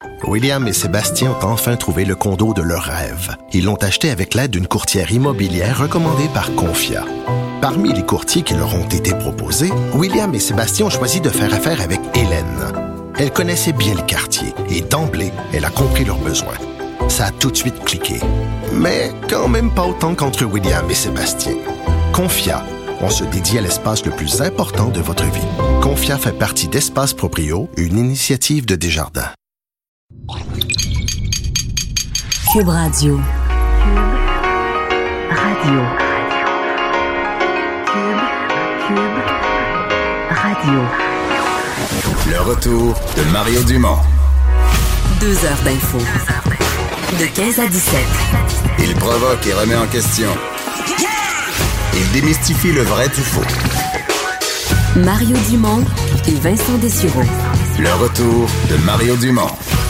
William et Sébastien ont enfin trouvé le condo de leur rêve. Ils l'ont acheté avec l'aide d'une courtière immobilière recommandée par Confia. Parmi les courtiers qui leur ont été proposés, William et Sébastien ont choisi de faire affaire avec Hélène. Elle connaissait bien le quartier et d'emblée, elle a compris leurs besoins. Ça a tout de suite cliqué. Mais quand même pas autant qu'entre William et Sébastien. Confia, on se dédie à l'espace le plus important de votre vie. Confia fait partie d'Espace Proprio, une initiative de Desjardins. Cube Radio. Radio. Cube Radio. Le retour de Mario Dumont. 2 heures d'info. De 15 à 17. Il provoque et remet en question. Il démystifie le vrai du faux. Mario Dumont et Vincent Dessureau. Le retour de Mario Dumont.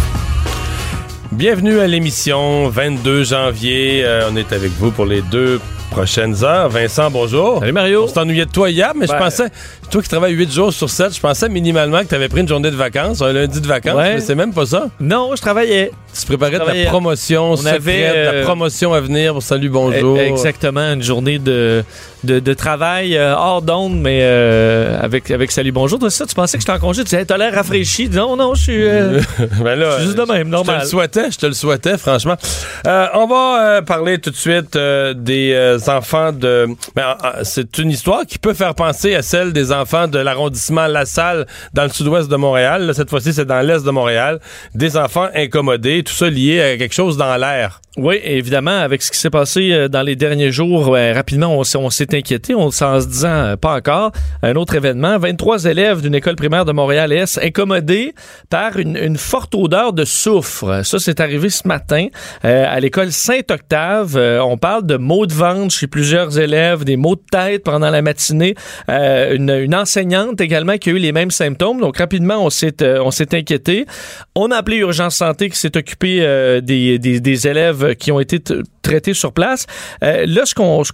Bienvenue à l'émission 22 janvier. On est avec vous pour les 2 prochaines heures. Vincent, bonjour. Salut Mario. On s'ennuyait de toi hier, mais je pensais, toi qui travailles 8 jours sur 7, je pensais minimalement que tu avais pris une journée de vacances, un lundi de vacances, mais c'est même pas ça. Non, je travaillais. Tu préparais ta promotion secrète, ta promotion à venir pour Salut, bonjour. Exactement, une journée de travail hors d'onde, mais avec Salut, bonjour. Toi, ça, tu pensais que j'étais en congé, tu disais, t'as l'air rafraîchi. Non, je suis ben là, juste de même, normal. Je te le souhaitais, franchement. On va parler tout de suite des enfants de... c'est une histoire qui peut faire penser à celle des enfants de l'arrondissement La Salle dans le sud-ouest de Montréal. Là, cette fois-ci, c'est dans l'est de Montréal. Des enfants incommodés, tout ça lié à quelque chose dans l'air. Oui, évidemment, avec ce qui s'est passé dans les derniers jours, rapidement, on s'est inquiété, en se disant, pas encore, un autre événement, 23 élèves d'une école primaire de Montréal-Est incommodés par une forte odeur de soufre. Ça, c'est arrivé ce matin à l'école Saint-Octave. On parle de maux de ventre chez plusieurs élèves, des maux de tête pendant la matinée. Une enseignante également qui a eu les mêmes symptômes. Donc, rapidement, on s'est inquiété. On a appelé Urgence Santé qui s'est occupé des élèves qui ont été traités sur place. Là, ce qu'on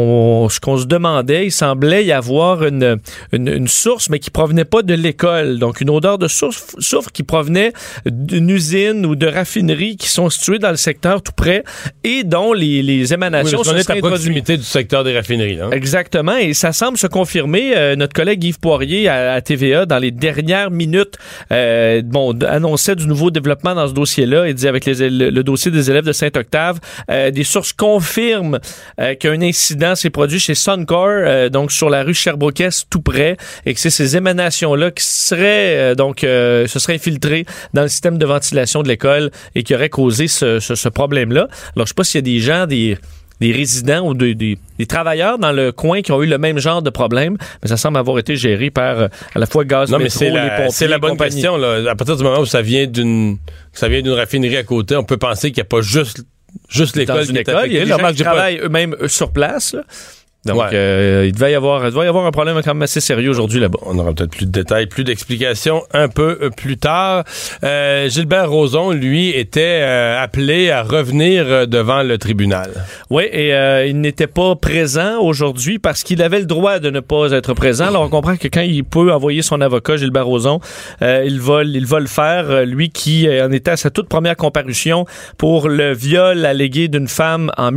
se demandait, il semblait y avoir une source, mais qui provenait pas de l'école. Donc, une odeur de soufre qui provenait d'une usine ou de raffinerie qui sont situées dans le secteur tout près et dont les émanations sont à proximité du secteur des raffineries. Là. Exactement, et ça semble se confirmer. Notre collègue Yves Poirier à TVA, dans les dernières minutes, annonçait du nouveau développement dans ce dossier-là. Il dit avec le dossier des élèves de Saint-Octave, des sources confirment qu'un incident s'est produit chez Suncor, donc sur la rue Sherbrooke-Est tout près, et que c'est ces émanations-là qui seraient se seraient infiltrées dans le système de ventilation de l'école et qui auraient causé ce problème-là. Alors, je sais pas s'il y a des gens, des résidents ou des travailleurs dans le coin qui ont eu le même genre de problème, mais ça semble avoir été géré par à la fois Gaz Métro, les pompiers. C'est la bonne question. Là. À partir du moment où ça vient d'une raffinerie à côté, on peut penser qu'il n'y a pas juste l'école qui est affectée. Il y a des gens qui travaillent eux-mêmes sur place, là. Donc, il doit y avoir un problème quand même assez sérieux aujourd'hui là-bas. On aura peut-être plus de détails, plus d'explications un peu plus tard. Gilbert Rozon, lui, était appelé à revenir devant le tribunal. Oui, et il n'était pas présent aujourd'hui parce qu'il avait le droit de ne pas être présent. Alors, on comprend que quand il peut envoyer son avocat, Gilbert Rozon, il va le faire. Lui qui en était à sa toute première comparution pour le viol allégué d'une femme en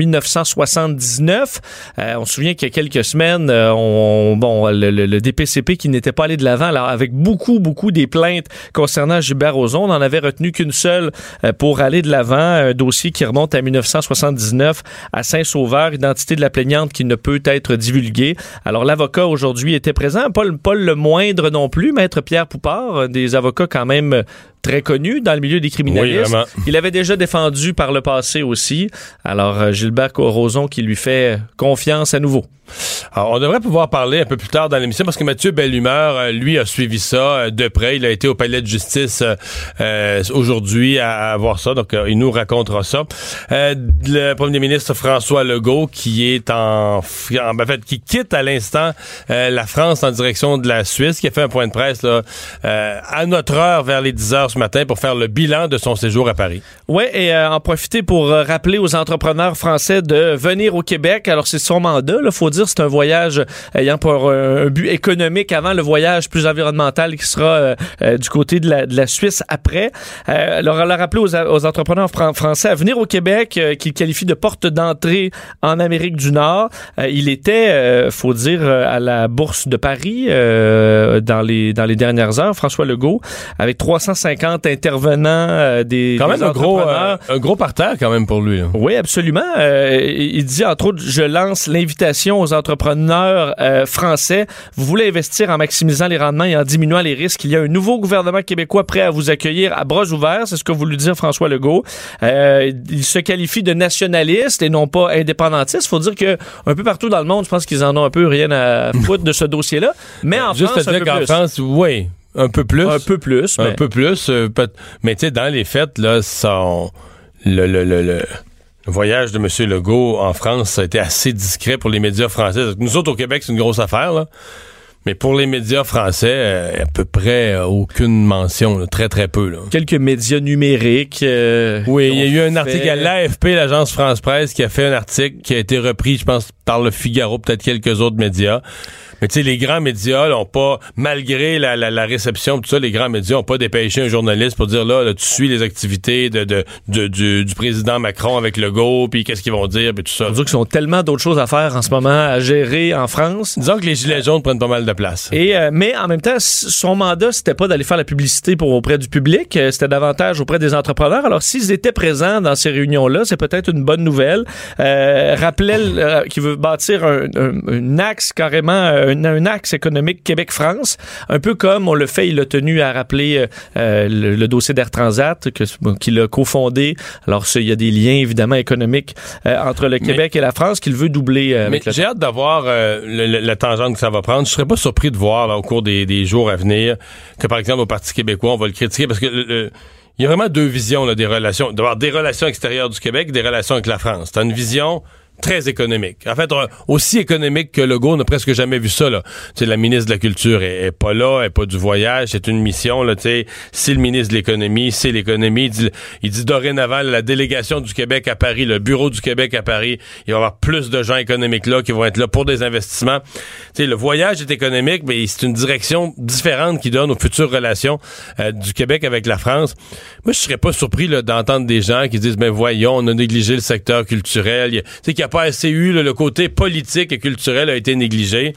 1979. On se souvient qu'il y a quelques semaines, le DPCP qui n'était pas allé de l'avant, alors avec beaucoup des plaintes concernant Gilbert Rozon, on n'en avait retenu qu'une seule pour aller de l'avant, un dossier qui remonte à 1979 à Saint-Sauveur, identité de la plaignante qui ne peut être divulguée. Alors l'avocat aujourd'hui était présent, pas le moindre non plus, Maître Pierre Poupard, des avocats quand même très connu dans le milieu des criminalistes. Oui, il avait déjà défendu par le passé aussi. Alors, Gilbert Rozon qui lui fait confiance à nouveau. Alors, on devrait pouvoir parler un peu plus tard dans l'émission parce que Mathieu Bellumeur, lui, a suivi ça de près. Il a été au palais de justice aujourd'hui à voir ça. Donc, il nous racontera ça. Le premier ministre François Legault qui est qui quitte à l'instant la France en direction de la Suisse, qui a fait un point de presse là, à notre heure vers les 10 heures ce matin pour faire le bilan de son séjour à Paris. Oui, et en profiter pour rappeler aux entrepreneurs français de venir au Québec. Alors, c'est son mandat, il faut dire dire, c'est un voyage ayant pour un but économique avant le voyage plus environnemental qui sera du côté de la Suisse après. Alors, elle a rappelé aux entrepreneurs français à venir au Québec qu'il qualifie de porte d'entrée en Amérique du Nord. Il était, faut dire, à la Bourse de Paris dans les dernières heures, François Legault, avec 350 intervenants des quand même entrepreneurs. un gros parterre quand même pour lui. Là. Oui, absolument. Il dit, entre autres, je lance l'invitation aux entrepreneurs français. Vous voulez investir en maximisant les rendements et en diminuant les risques. Il y a un nouveau gouvernement québécois prêt à vous accueillir à bras ouverts. C'est ce que voulu dire François Legault. Il se qualifie de nationaliste et non pas indépendantiste. Il faut dire que un peu partout dans le monde, je pense qu'ils en ont un peu rien à foutre de ce dossier-là. Mais en juste France, à dire qu'en France, oui, un peu plus. Un peu plus. Un peu plus. Mais tu sais, dans les faits, là, le voyage de M. Legault en France, ça a été assez discret pour les médias français. Nous autres, au Québec, c'est une grosse affaire, là. Mais pour les médias français, à peu près aucune mention, là, très très peu. Là. Quelques médias numériques. Oui, il y a eu un article à l'AFP, l'agence France-Presse, qui a fait un article qui a été repris, je pense, par Le Figaro, peut-être quelques autres médias. Mais tu sais, les grands médias n'ont pas, malgré la réception, tout ça, les grands médias n'ont pas dépêché un journaliste pour dire là tu suis les activités du président Macron avec Legault, puis qu'est-ce qu'ils vont dire, puis tout ça. On dit qu'ils ont tellement d'autres choses à faire en ce moment, à gérer en France. Disons que les gilets jaunes prennent pas mal de place. Et mais en même temps, son mandat, c'était pas d'aller faire la publicité auprès du public, c'était davantage auprès des entrepreneurs. Alors, s'ils étaient présents dans ces réunions-là, c'est peut-être une bonne nouvelle. Rappelait qu'il veut bâtir un axe carrément, un axe économique Québec-France, un peu comme on le fait, il a tenu à rappeler le dossier d'Air Transat qu'il a cofondé. Alors, il y a des liens évidemment économiques entre le Québec et la France qu'il veut doubler. Avec j'ai hâte d'avoir la tangente que ça va prendre. Je serais pas surpris de voir là, au cours des jours à venir que, par exemple, au Parti québécois, on va le critiquer parce que il y a vraiment deux visions là, des relations. D'avoir des relations extérieures du Québec et des relations avec la France. T'as une vision très économique. En fait, aussi économique que Legault, on n'a presque jamais vu ça, là. Tu sais, la ministre de la Culture est pas là, elle est pas du voyage, c'est une mission, là, tu sais. C'est le ministre de l'Économie, c'est l'économie. Il dit dorénavant, la délégation du Québec à Paris, le bureau du Québec à Paris, il va y avoir plus de gens économiques là qui vont être là pour des investissements. Tu sais, le voyage est économique, mais c'est une direction différente qui donne aux futures relations du Québec avec la France. Moi, je serais pas surpris, là, d'entendre des gens qui disent, ben voyons, on a négligé le secteur culturel. Tu sais, qu'il y a pas assez eu, là, le côté politique et culturel a été négligé.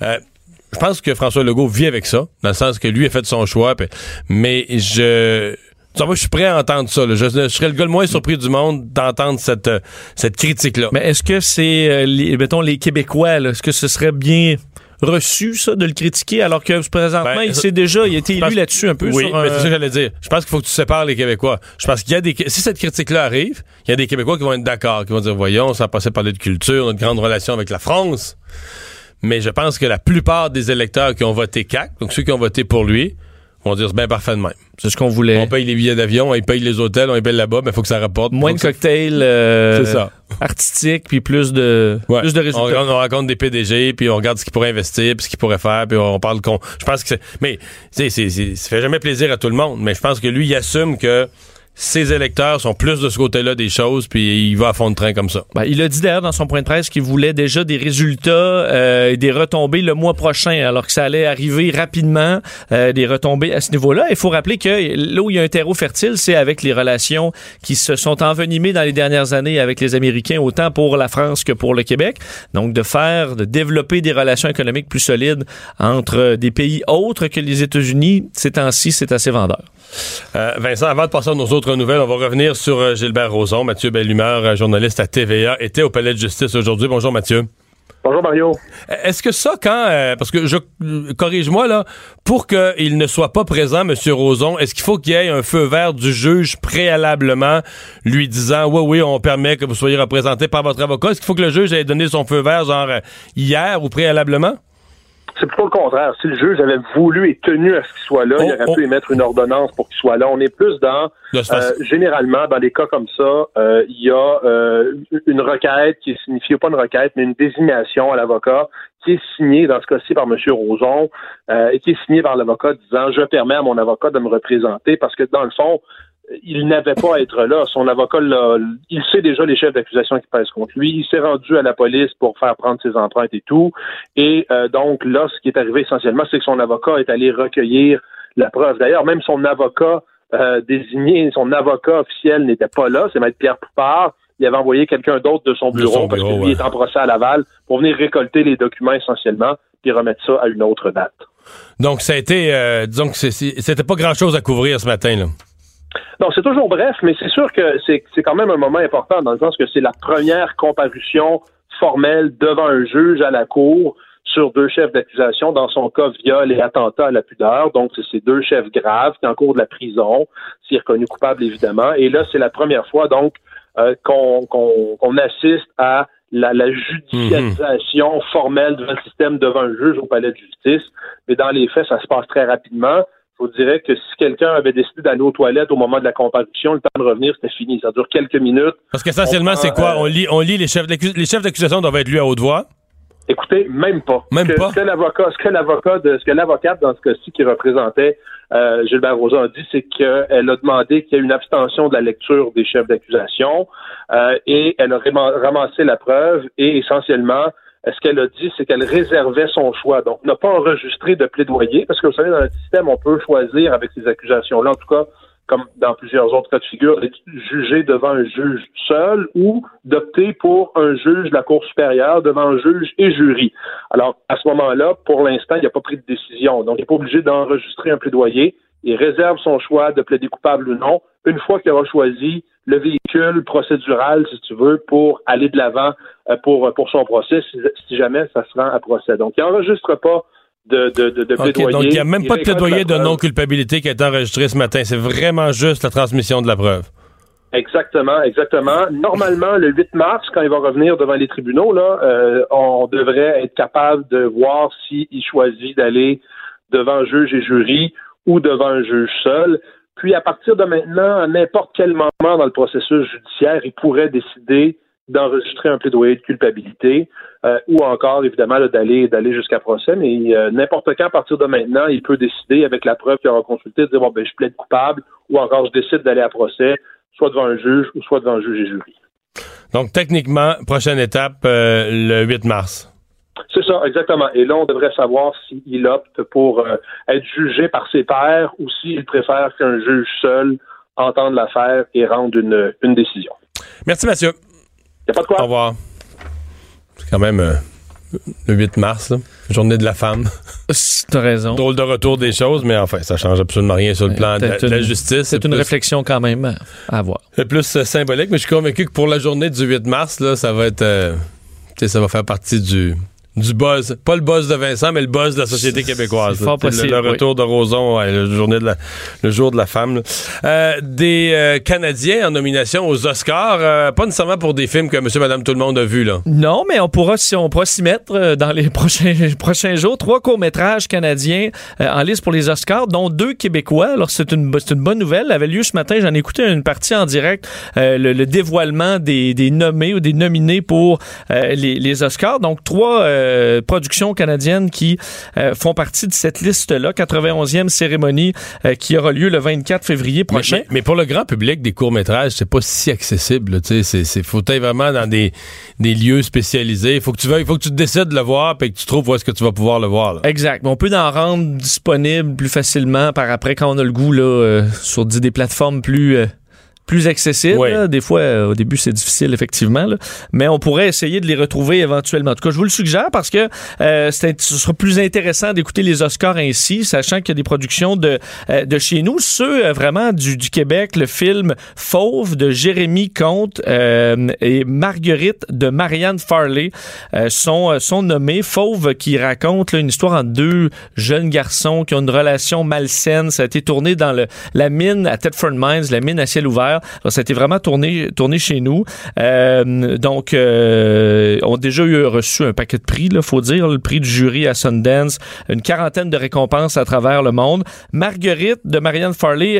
Je pense que François Legault vit avec ça, dans le sens que lui a fait son choix, mais je suis prêt à entendre ça. Là. Je serais le gars le moins surpris du monde d'entendre cette critique-là. Mais est-ce que c'est, mettons, les Québécois, là, est-ce que ce serait bien reçu, ça, de le critiquer, alors que présentement, il a été élu là-dessus un peu. Oui, mais c'est ça que j'allais dire. Je pense qu'il faut que tu sépares les Québécois. Je pense qu'il y a si cette critique-là arrive, il y a des Québécois qui vont être d'accord, qui vont dire, voyons, ça a passé par parler de culture, notre grande relation avec la France. Mais je pense que la plupart des électeurs qui ont voté CAQ, donc ceux qui ont voté pour lui, vont dire, c'est bien parfait de même. C'est ce qu'on voulait. On paye les billets d'avion, on paye les hôtels, on paye là-bas, mais il faut que ça rapporte. Moins de cocktails c'est ça. Artistiques, puis plus de résultats. On rencontre des PDG, puis on regarde ce qu'ils pourraient investir, puis ce qu'ils pourraient faire, puis on parle je pense que c'est... Mais, tu sais, ça fait jamais plaisir à tout le monde, mais je pense que lui, il assume que ses électeurs sont plus de ce côté-là des choses, puis il va à fond de train comme ça. Ben, il a dit d'ailleurs dans son point de presse qu'il voulait déjà des résultats et des retombées le mois prochain, alors que ça allait arriver rapidement, des retombées à ce niveau-là. Il faut rappeler que là où il y a un terreau fertile, c'est avec les relations qui se sont envenimées dans les dernières années avec les Américains, autant pour la France que pour le Québec. Donc de développer des relations économiques plus solides entre des pays autres que les États-Unis, ces temps-ci, c'est assez vendeur. Vincent, avant de passer à nos autres nouvelles, on va revenir sur Gilbert Rozon. Mathieu Bellumeur, journaliste à TVA, était au Palais de justice aujourd'hui. Bonjour Mathieu. Bonjour Mario. Est-ce que ça, parce que corrige-moi là, pour qu'il ne soit pas présent, M. Rozon, est-ce qu'il faut qu'il y ait un feu vert du juge préalablement lui disant oui, on permet que vous soyez représenté par votre avocat? Est-ce qu'il faut que le juge ait donné son feu vert genre hier ou préalablement? C'est plutôt le contraire. Si le juge avait voulu et tenu à ce qu'il soit là, il aurait pu émettre une ordonnance pour qu'il soit là. On est plus dans, généralement, dans des cas comme ça, il y a une requête qui est signifiée, pas une requête, mais une désignation à l'avocat qui est signée, dans ce cas-ci, par M. Rozon, et qui est signée par l'avocat disant « Je permets à mon avocat de me représenter » parce que, dans le fond, il n'avait pas à être là. Son avocat, il sait déjà les chefs d'accusation qui pèsent contre lui. Il s'est rendu à la police pour faire prendre ses empreintes et tout. Et donc là, ce qui est arrivé essentiellement, c'est que son avocat est allé recueillir la preuve. D'ailleurs, même son avocat désigné, son avocat officiel n'était pas là. C'est Maître Pierre Poupard. Il avait envoyé quelqu'un d'autre de son bureau parce que lui est en procès à Laval pour venir récolter les documents essentiellement puis remettre ça à une autre date. Donc, ça a été, disons que c'était pas grand-chose à couvrir ce matin, là. Non, c'est toujours bref, mais c'est sûr que c'est quand même un moment important dans le sens que c'est la première comparution formelle devant un juge à la cour sur 2 chefs d'accusation, dans son cas, viol et attentat à la pudeur. Donc, c'est ces 2 chefs graves qui en cours de la prison, s'il est reconnu coupable, évidemment. Et là, c'est la première fois, donc, qu'on assiste à la judicialisation formelle devant le système, devant un juge au palais de justice. Mais dans les faits, ça se passe très rapidement. Je vous dirais que si quelqu'un avait décidé d'aller aux toilettes au moment de la comparution, le temps de revenir, c'était fini. Ça dure quelques minutes. Parce qu'essentiellement, c'est quoi? On lit les chefs d'accusation doivent être lus à haute voix? Écoutez, même pas. Ce que l'avocate, dans ce cas-ci, qui représentait Gilbert Rozon, a dit, c'est qu'elle a demandé qu'il y ait une abstention de la lecture des chefs d'accusation et elle a ramassé la preuve et essentiellement, ce qu'elle a dit, c'est qu'elle réservait son choix. Donc, n'a pas enregistré de plaidoyer parce que vous savez, dans le système, on peut choisir avec ces accusations-là, en tout cas, comme dans plusieurs autres cas de figure, d'être jugé devant un juge seul ou d'opter pour un juge de la Cour supérieure devant un juge et jury. Alors, à ce moment-là, pour l'instant, il n'a pas pris de décision. Donc, il n'est pas obligé d'enregistrer un plaidoyer. Il réserve son choix de plaider coupable ou non une fois qu'il aura choisi le véhicule procédural, si tu veux, pour aller de l'avant pour son procès, si jamais ça se rend à procès. Donc, il n'enregistre pas de plaidoyer. Donc, il n'y a même pas de plaidoyer de non-culpabilité qui a été enregistré ce matin. C'est vraiment juste la transmission de la preuve. Exactement. Normalement, le 8 mars, quand il va revenir devant les tribunaux, là, on devrait être capable de voir s'il choisit d'aller devant un juge et jury ou devant un juge seul. Puis, à partir de maintenant, à n'importe quel moment dans le processus judiciaire, il pourrait décider d'enregistrer un plaidoyer de culpabilité ou encore, évidemment, là, d'aller jusqu'à procès. Mais n'importe quand, à partir de maintenant, il peut décider, avec la preuve qu'il aura consultée, de dire, bon, ben, je plaide coupable ou encore je décide d'aller à procès, soit devant un juge ou soit devant un juge et jury. Donc, techniquement, prochaine étape, le 8 mars. C'est ça, exactement. Et là, on devrait savoir s'il opte pour être jugé par ses pairs ou s'il préfère qu'un juge seul entende l'affaire et rende une décision. Merci, Mathieu. Il n'y a pas de quoi. Au revoir. C'est quand même le 8 mars, là, journée de la femme. T'as raison. Drôle de retour des choses, mais enfin, ça change absolument rien sur le plan de la justice. C'est une réflexion quand même à avoir. C'est plus symbolique, mais je suis convaincu que pour la journée du 8 mars, là, ça va être... ça va faire partie du buzz. Pas le buzz de Vincent, mais le buzz de la société québécoise. C'est fort possible, le retour de Rozon, le jour de la femme. Des Canadiens en nomination aux Oscars, pas nécessairement pour des films que monsieur, madame, tout le monde a vus, là. Non, mais on pourra s'y mettre dans les prochains jours. 3 courts-métrages canadiens en liste pour les Oscars, dont 2 québécois. Alors, c'est une bonne nouvelle. Elle avait lieu ce matin. J'en ai écouté une partie en direct. Le dévoilement des nommés ou des nominés pour les Oscars. Donc, 3 productions canadiennes qui font partie de cette liste-là. 91e cérémonie qui aura lieu le 24 février prochain. Mais pour le grand public, des courts-métrages, c'est pas si accessible. Faut être vraiment dans des lieux spécialisés. Il faut que tu décides de le voir et que tu trouves où est-ce que tu vas pouvoir le voir. Là. Exact. Mais on peut en rendre disponible plus facilement par après quand on a le goût sur des plateformes plus accessible. Oui. Des fois, au début, c'est difficile, effectivement. Là. Mais on pourrait essayer de les retrouver éventuellement. En tout cas, je vous le suggère parce que ce sera plus intéressant d'écouter les Oscars ainsi, sachant qu'il y a des productions de chez nous. Ceux vraiment du Québec, le film Fauve de Jérémy Comte et Marguerite de Marianne Farley sont nommés. Fauve qui raconte une histoire entre 2 jeunes garçons qui ont une relation malsaine. Ça a été tourné dans la mine à Thetford Mines, la mine à ciel ouvert. Alors, ça a été vraiment tourné chez nous. Donc, on a déjà reçu un paquet de prix, faut dire, le prix du jury à Sundance, une 40aine de récompenses à travers le monde. Marguerite de Marianne Farley,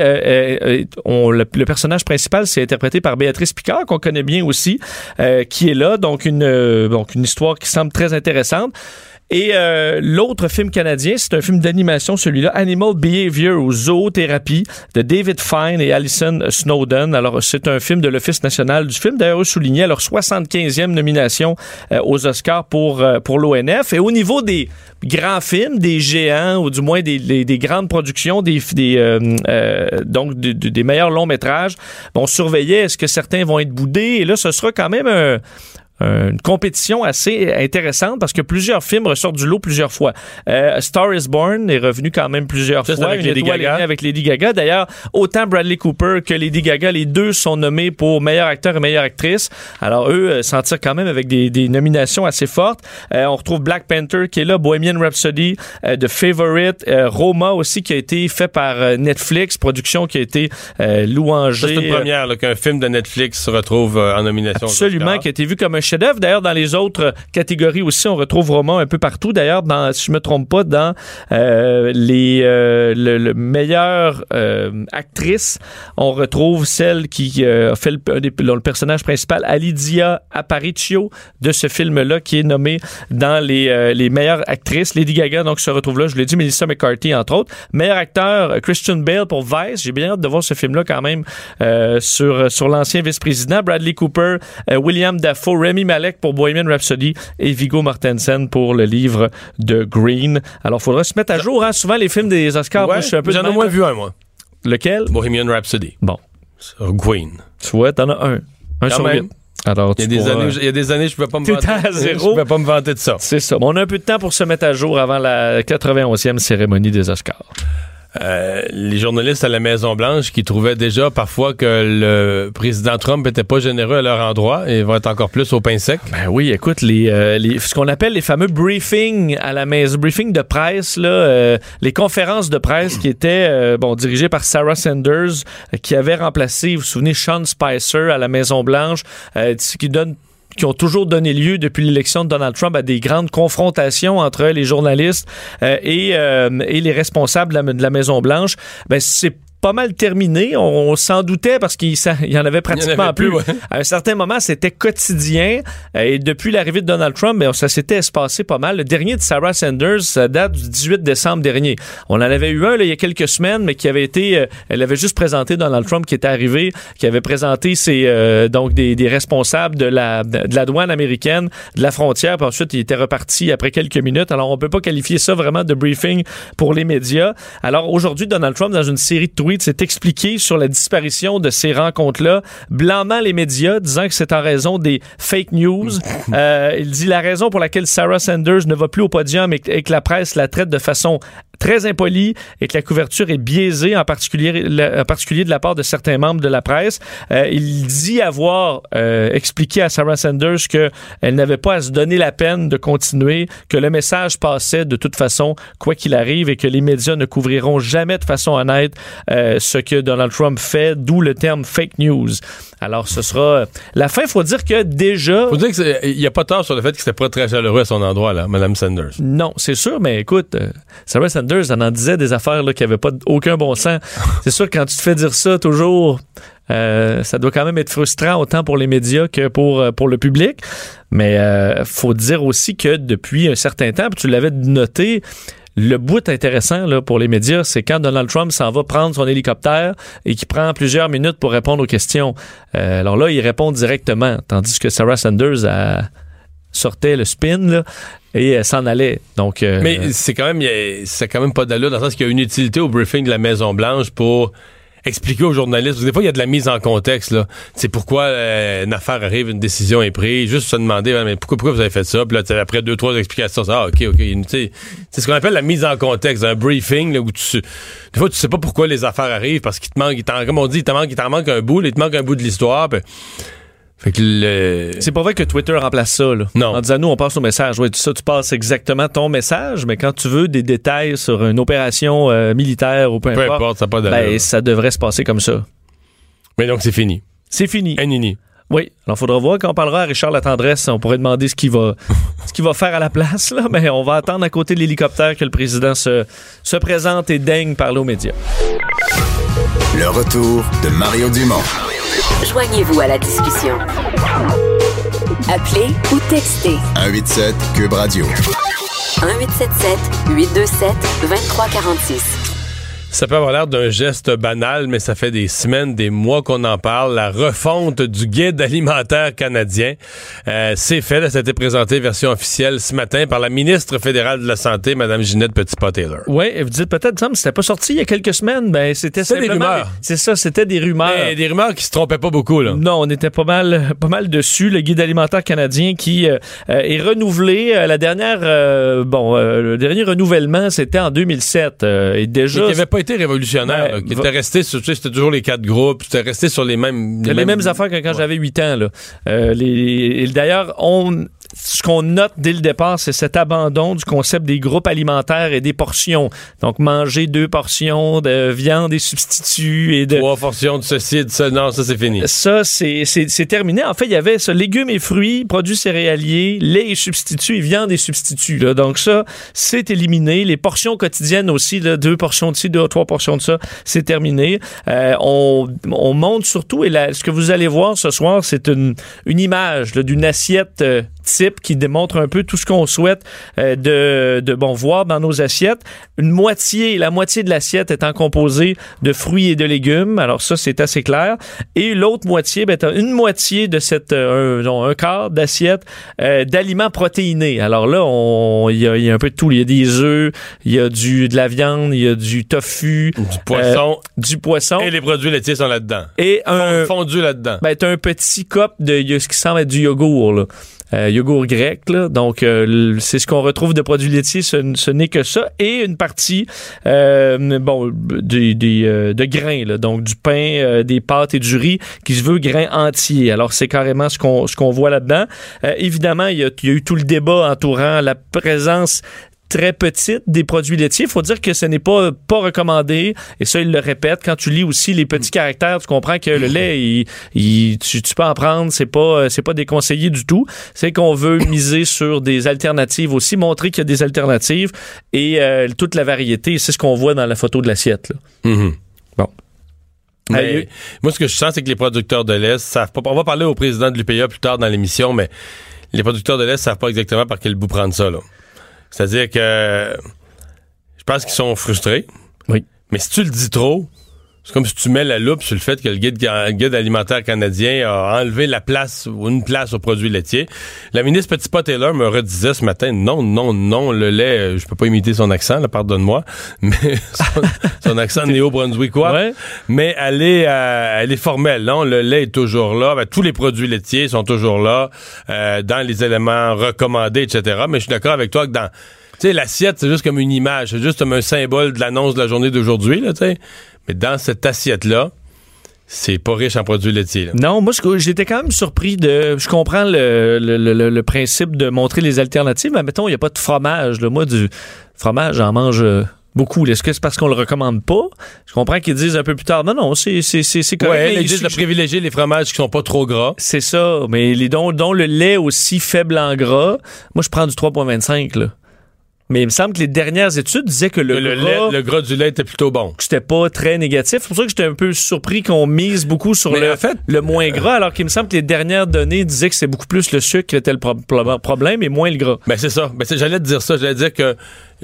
le personnage principal, c'est interprété par Béatrice Picard, qu'on connaît bien aussi, qui est là. Donc, une histoire qui semble très intéressante. Et l'autre film canadien, c'est un film d'animation, celui-là, Animal Behavior ou Zoothérapie, de David Fine et Alison Snowden. Alors, c'est un film de l'Office national du film. D'ailleurs, souligné leur 75e nomination aux Oscars pour l'ONF. Et au niveau des grands films, des géants, ou du moins des grandes productions, donc des meilleurs longs métrages, on surveillait est-ce que certains vont être boudés. Et là, ce sera quand même une compétition assez intéressante parce que plusieurs films ressortent du lot plusieurs fois. Star is Born est revenu quand même plusieurs fois avec Lady Gaga. D'ailleurs, autant Bradley Cooper que Lady Gaga, les deux sont nommés pour meilleur acteur et meilleure actrice. Alors eux s'en tirent quand même avec des nominations assez fortes. On retrouve Black Panther qui est là, Bohemian Rhapsody, The Favorite, Roma aussi qui a été fait par Netflix, production qui a été louangée. C'est une première là, qu'un film de Netflix se retrouve en nomination. Absolument, qui a été vu comme un chef-d'œuvre. D'ailleurs, dans les autres catégories aussi, on retrouve Roma un peu partout. D'ailleurs, si je me trompe pas, dans le meilleure actrice, on retrouve celle qui a fait le personnage principal, Alicia Aparicio, de ce film-là, qui est nommée dans les meilleures actrices. Lady Gaga, donc, se retrouve là. Je l'ai dit, Melissa McCarthy, entre autres. Meilleur acteur, Christian Bale pour Vice. J'ai bien hâte de voir ce film-là quand même sur l'ancien vice-président. Bradley Cooper, William Dafoe, Rami Malek pour Bohemian Rhapsody et Viggo Mortensen pour le livre de Green. Alors, il faudra se mettre à jour. Hein? Souvent, les films des Oscars, ouais, moi, je suis un peu... J'en ai moins vu un, moi. Lequel? Bohemian Rhapsody. Bon. Sur Green. Tu vois, t'en as un. Un sur 8. Alors, il y a des années, je ne pouvais pas me vanter. À zéro. Je ne pouvais pas me vanter de ça. C'est ça. Bon, on a un peu de temps pour se mettre à jour avant la 91e cérémonie des Oscars. Les journalistes à la Maison-Blanche qui trouvaient déjà parfois que le président Trump était pas généreux à leur endroit et va être encore plus au pain sec. Ben oui, écoute, ce qu'on appelle les fameux briefings à la maison, briefings de presse, là, les conférences de presse qui étaient dirigées par Sarah Sanders, qui avait remplacé, vous vous souvenez, Sean Spicer à la Maison-Blanche, qui ont toujours donné lieu depuis l'élection de Donald Trump à des grandes confrontations entre les journalistes et les responsables de la Maison-Blanche. Ben, c'est pas mal terminé. On s'en doutait parce qu'il y en avait pratiquement plus. Ouais. À un certain moment, c'était quotidien. Et depuis l'arrivée de Donald Trump, ça s'était espacé pas mal. Le dernier de Sarah Sanders, ça date du 18 décembre dernier. On en avait eu un là, il y a quelques semaines, mais qui avait été... elle avait juste présenté Donald Trump qui était arrivé, qui avait présenté des responsables de la douane américaine, de la frontière, puis ensuite il était reparti après quelques minutes. Alors on peut pas qualifier ça vraiment de briefing pour les médias. Alors aujourd'hui, Donald Trump, dans une série de tweets, s'est expliqué sur la disparition de ces rencontres-là, blâmant les médias, disant que c'est en raison des fake news. Il dit la raison pour laquelle Sarah Sanders ne va plus au podium et que la presse la traite de façon très impolie et que la couverture est biaisée, en particulier de la part de certains membres de la presse. Il dit avoir expliqué à Sarah Sanders qu'elle n'avait pas à se donner la peine de continuer, que le message passait de toute façon, quoi qu'il arrive, et que les médias ne couvriront jamais de façon honnête ce que Donald Trump fait, d'où le terme fake news. Alors, ce sera la fin. Il faut dire que déjà... Faut dire qu'il n'y a pas tort sur le fait que c'était pas très chaleureux à son endroit, là, Mme Sanders. Non, c'est sûr, mais écoute, Sarah Sanders, elle en disait des affaires là, qui n'avaient pas aucun bon sens. C'est sûr que quand tu te fais dire ça toujours... ça doit quand même être frustrant autant pour les médias que pour le public. Mais faut dire aussi que depuis un certain temps, puis tu l'avais noté, le bout intéressant là, pour les médias, c'est quand Donald Trump s'en va prendre son hélicoptère et qu'il prend plusieurs minutes pour répondre aux questions. Alors là, il répond directement, tandis que Sarah Sanders sortait le spin là, et s'en allait. Donc, mais c'est quand même pas d'allure dans le sens qu'il y a une utilité au briefing de la Maison-Blanche pour expliquer aux journalistes. Parce que des fois, il y a de la mise en contexte, là. C'est pourquoi une affaire arrive, une décision est prise. Juste se demander, mais pourquoi vous avez fait ça? Puis là, après 2-3 explications, ça, OK. C'est ce qu'on appelle la mise en contexte, un briefing, là, où des fois, tu sais pas pourquoi les affaires arrivent, parce qu'il te manque, comme on dit, il t'en manque un bout, il te manque un bout de l'histoire, puis... Fait que c'est pas vrai que Twitter remplace ça, là. Non. En disant, nous, on passe au message. Oui, ça, tu passes exactement ton message, mais quand tu veux des détails sur une opération militaire ou peu importe, ça n'a pas d'allure. Ça devrait se passer comme ça. Mais donc, c'est fini. C'est fini. Un nini. Oui. Alors, faudra voir quand on parlera à Richard Latendresse, on pourrait demander ce qu'il va faire à la place, là, mais on va attendre à côté de l'hélicoptère que le président se présente et daigne parler aux médias. Le retour de Mario Dumont. Joignez-vous à la discussion. Appelez ou textez. 187 Cube Radio. 1-877-827-2346. Ça peut avoir l'air d'un geste banal, mais ça fait des semaines, des mois qu'on en parle. La refonte du guide alimentaire canadien, c'est fait. Là, ça a été présenté version officielle ce matin par la ministre fédérale de la Santé, Mme Ginette Petitpas-Taylor. Oui, vous dites peut-être, Tom, c'était pas sorti il y a quelques semaines. Ben, c'était des rumeurs. C'est ça, c'était des rumeurs. Mais des rumeurs qui se trompaient pas beaucoup, là. Non, on était pas mal dessus. Le guide alimentaire canadien qui est renouvelé. Le dernier renouvellement, c'était en 2007. Et déjà... Mais qui n'avait pas été révolutionnaire, qui était resté sur, c'était toujours les 4 groupes, c'était resté sur les mêmes affaires que quand j'avais 8 ans, là. D'ailleurs, ce qu'on note dès le départ, c'est cet abandon du concept des groupes alimentaires et des portions. Donc, manger 2 portions de viande et substituts et de... 3 portions de ceci et de ça. Non, ça, c'est fini. Ça, c'est terminé. En fait, il y avait ça, légumes et fruits, produits céréaliers, lait et substituts et viande et substituts, là. Donc, ça, c'est éliminé. Les portions quotidiennes aussi, là, 2 portions de ci, 2 ou 3 portions de ça, c'est terminé. On montre surtout, et ce que vous allez voir ce soir, c'est une image là, d'une assiette type qui démontre un peu tout ce qu'on souhaite voir dans nos assiettes. La moitié de l'assiette étant composée de fruits et de légumes. Alors ça, c'est assez clair. Et l'autre moitié, une moitié de un quart d'assiette d'aliments protéinés. Alors là, il y a un peu de tout. Il y a des œufs, il y a de la viande, il y a du tofu, du poisson. Et les produits laitiers sont là-dedans. Et fondu là-dedans. T'as un petit cup de ce qui semble être du yogourt, là. Yogourt grec, là. Donc, c'est ce qu'on retrouve de produits laitiers, ce n'est que ça. Et une partie, de grains, là. Donc, du pain, des pâtes et du riz qui se veut grain entier. Alors, c'est carrément ce qu'on voit là-dedans. Évidemment, il y a eu tout le débat entourant la présence très petite des produits laitiers. Il faut dire que ce n'est pas recommandé. Et ça, il le répète. Quand tu lis aussi les petits caractères, tu comprends que le lait, tu peux en prendre. C'est pas déconseillé du tout. C'est qu'on veut miser sur des alternatives aussi, montrer qu'il y a des alternatives et toute la variété. C'est ce qu'on voit dans la photo de l'assiette, là. Mm-hmm. Bon. Mais, moi, ce que je sens, c'est que les producteurs de lait savent pas. On va parler au président de l'UPA plus tard dans l'émission, mais les producteurs de lait savent pas exactement par quel bout prendre ça, là. C'est-à-dire que je pense qu'ils sont frustrés. Oui. Mais si tu le dis trop, c'est comme si tu mets la loupe sur le fait que le guide alimentaire canadien a enlevé une place aux produits laitiers. La ministre Petitpas-Taylor me redisait ce matin, non, le lait, je peux pas imiter son accent, là, pardonne-moi, mais son accent néo-brunswickois, ouais. Mais elle est formelle, non? Le lait est toujours là, tous les produits laitiers sont toujours là, dans les éléments recommandés, etc. Mais je suis d'accord avec toi que tu sais, l'assiette, c'est juste comme une image, c'est juste comme un symbole de l'annonce de la journée d'aujourd'hui, là, tu sais. Mais dans cette assiette-là, c'est pas riche en produits laitiers, là. Non, moi, j'étais quand même surpris je comprends le principe de montrer les alternatives, mais mettons, il n'y a pas de fromage, là. Moi, du fromage, j'en mange beaucoup. Est-ce que c'est parce qu'on le recommande pas? Je comprends qu'ils disent un peu plus tard, non, c'est correct. Ouais, ils disent de privilégier les fromages qui sont pas trop gras. C'est ça, mais dont le lait aussi faible en gras, moi, je prends du 3,25, là. Mais il me semble que les dernières études disaient que le gras du lait était plutôt bon. C'était pas très négatif. C'est pour ça que j'étais un peu surpris qu'on mise beaucoup sur le moins gras, alors qu'il me semble que les dernières données disaient que c'est beaucoup plus le sucre qui était le problème et moins le gras. Ben c'est ça. Ben j'allais te dire ça. J'allais dire que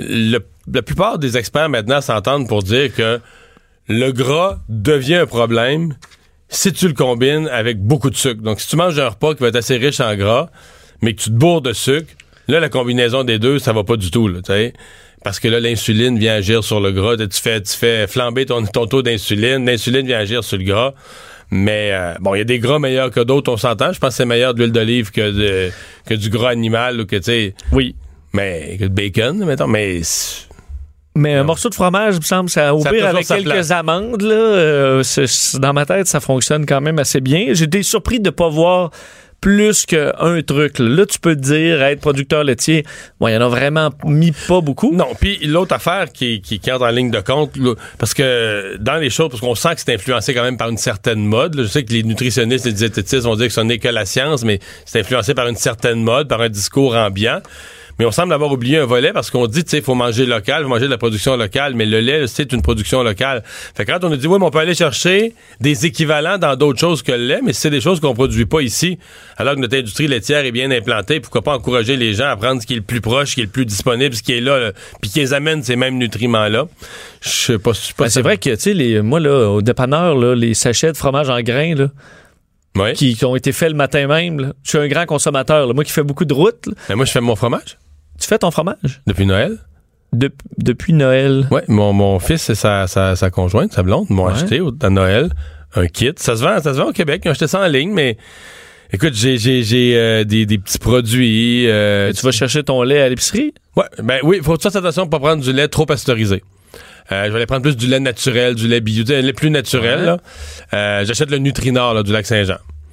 la plupart des experts maintenant s'entendent pour dire que le gras devient un problème si tu le combines avec beaucoup de sucre. Donc, si tu manges un repas qui va être assez riche en gras, mais que tu te bourres de sucre, là, la combinaison des deux, ça va pas du tout, là, tu sais. Parce que là, l'insuline vient agir sur le gras. Tu fais flamber ton taux d'insuline. L'insuline vient agir sur le gras. Mais, il y a des gras meilleurs que d'autres, on s'entend. Je pense que c'est meilleur de l'huile d'olive que du gras animal ou que, tu sais. Oui. Mais, que de bacon, mettons. Mais un morceau de fromage, il me semble, ça au pire avec quelques amandes, là. Dans ma tête, ça fonctionne quand même assez bien. J'étais surpris de pas voir plus qu'un truc. Là, tu peux te dire, être producteur laitier, il y en a vraiment mis pas beaucoup. Non, puis l'autre affaire qui entre en ligne de compte, là, parce que dans les choses, parce qu'on sent que c'est influencé quand même par une certaine mode, là, je sais que les nutritionnistes et les diététistes vont dire que ce n'est que la science, mais c'est influencé par une certaine mode, par un discours ambiant. Mais on semble avoir oublié un volet parce qu'on dit, tu sais, il faut manger local, il faut manger de la production locale, mais le lait, c'est une production locale. Fait que quand on nous dit, oui, mais on peut aller chercher des équivalents dans d'autres choses que le lait, mais c'est des choses qu'on produit pas ici, alors que notre industrie laitière est bien implantée, pourquoi pas encourager les gens à prendre ce qui est le plus proche, ce qui est le plus disponible, ce qui est là, puis qui les amène ces mêmes nutriments-là. Je sais pas. C'est vrai que, tu sais, moi, là, au dépanneur, là, les sachets de fromage en grains, là, ouais. qui ont été faits le matin même, là. Je suis un grand consommateur, là. Moi qui fais beaucoup de route. Mais moi, je fais mon fromage. Tu fais ton fromage? Depuis Noël. Depuis Noël? Oui, mon fils et sa conjointe, sa blonde, m'ont acheté à Noël un kit. Ça se vend au Québec. Ils ont acheté ça en ligne, mais écoute, j'ai des petits produits. Tu vas chercher ton lait à l'épicerie? Ouais, ben oui, faut faire attention pour pas prendre du lait trop pasteurisé. Je vais aller prendre plus du lait naturel, du lait bio, du lait plus naturel. Là. J'achète le Nutrinor là, du Lac-Saint-Jean.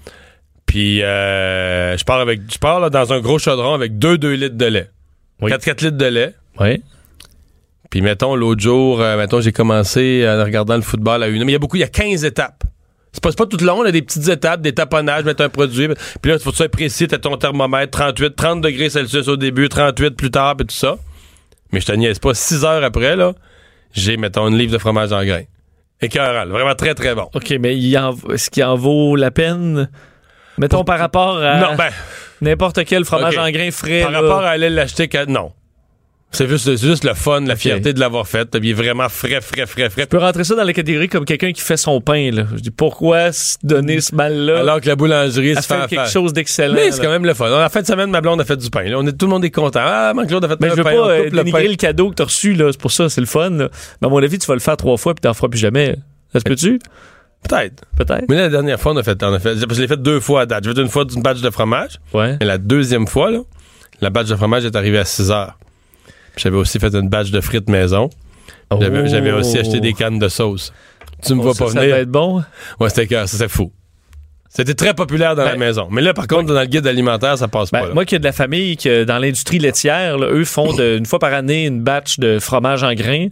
Puis je pars là, dans un gros chaudron avec 2 litres de lait. Oui. 4 litres de lait. Oui. Puis mettons, l'autre jour, j'ai commencé en regardant le football à 1h. Mais il y a 15 étapes. C'est pas tout long, il y a des petites étapes, des taponnages, mettre un produit. Puis là, il faut que tu sois précis, t'as ton thermomètre, 30 degrés Celsius au début, 38 plus tard, puis tout ça. Mais je te niaise pas, 6 heures après, là, j'ai, mettons, une livre de fromage en grains. Écœurant, vraiment très, très bon. OK, mais est-ce qu'il en vaut la peine? Mettons par rapport à n'importe quel fromage en grains frais. Par rapport à aller l'acheter, non. C'est juste le fun, la fierté de l'avoir fait. Il est vraiment frais. Je peux rentrer ça dans la catégorie comme quelqu'un qui fait son pain. Là. Je dis, pourquoi se donner ce mal-là? Alors que la boulangerie se fait quelque chose d'excellent. Mais c'est quand même le fun. En fin de semaine, ma blonde a fait du pain. Là. Tout le monde est content. Ah, Claude a fait du pain. Mais je veux pas dénigrer pain. le cadeau que t'as reçu. Là. C'est pour ça, c'est le fun. Là. Mais à mon avis, tu vas le faire 3 fois puis t'en feras plus jamais. Ça se peut-tu? Peut-être. Peut-être. Mais là, la dernière fois, je l'ai fait 2 fois à date. J'ai fait une fois d'une batch de fromage. Ouais. Mais la deuxième fois, là, la batch de fromage est arrivée à 6 heures. J'avais aussi fait une batch de frites maison. Oh. J'avais aussi acheté des cannes de sauce. Tu me vois pas venir. Ça va être bon? Ouais, c'était fou. C'était très populaire dans la maison. Mais là, par contre, dans le guide alimentaire, ça passe pas. Là. Moi qui ai de la famille dans l'industrie laitière, là, eux font une fois par année une batch de fromage en grains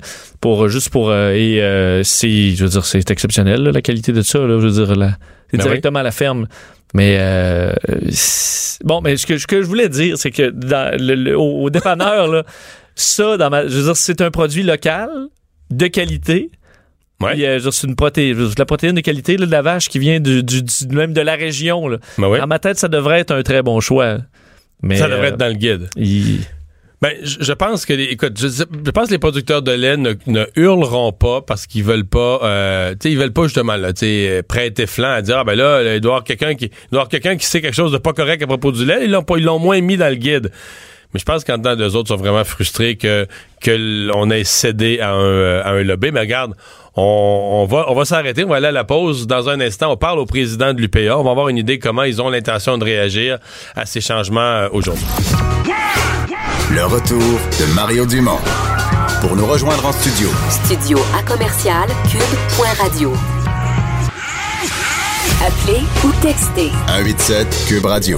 c'est exceptionnel, là, la qualité de ça. Là, je veux dire, c'est directement à la ferme. Mais mais ce que je voulais dire, c'est que au dépanneur, là, ça, je veux dire, c'est un produit local de qualité. Ouais. Puis, c'est la protéine de qualité là, de la vache qui vient même de la région. Là. Dans ma tête, ça devrait être un très bon choix. Mais, ça devrait être dans le guide. Je pense que je pense que les producteurs de lait ne hurleront pas parce qu'ils veulent pas ils veulent pas justement là, prêter flanc à dire il doit y avoir quelqu'un qui sait quelque chose de pas correct à propos du lait, ils l'ont moins mis dans le guide. Mais je pense qu'en dedans d'eux autres sont vraiment frustrés que l'on ait cédé à un lobby. Mais regarde, on va s'arrêter, on va aller à la pause. Dans un instant, on parle au président de l'UPA. On va avoir une idée comment ils ont l'intention de réagir à ces changements aujourd'hui. Le retour de Mario Dumont. Pour nous rejoindre en studio. Studio à commercial cube.radio. Appelez ou textez. 187 Cube Radio.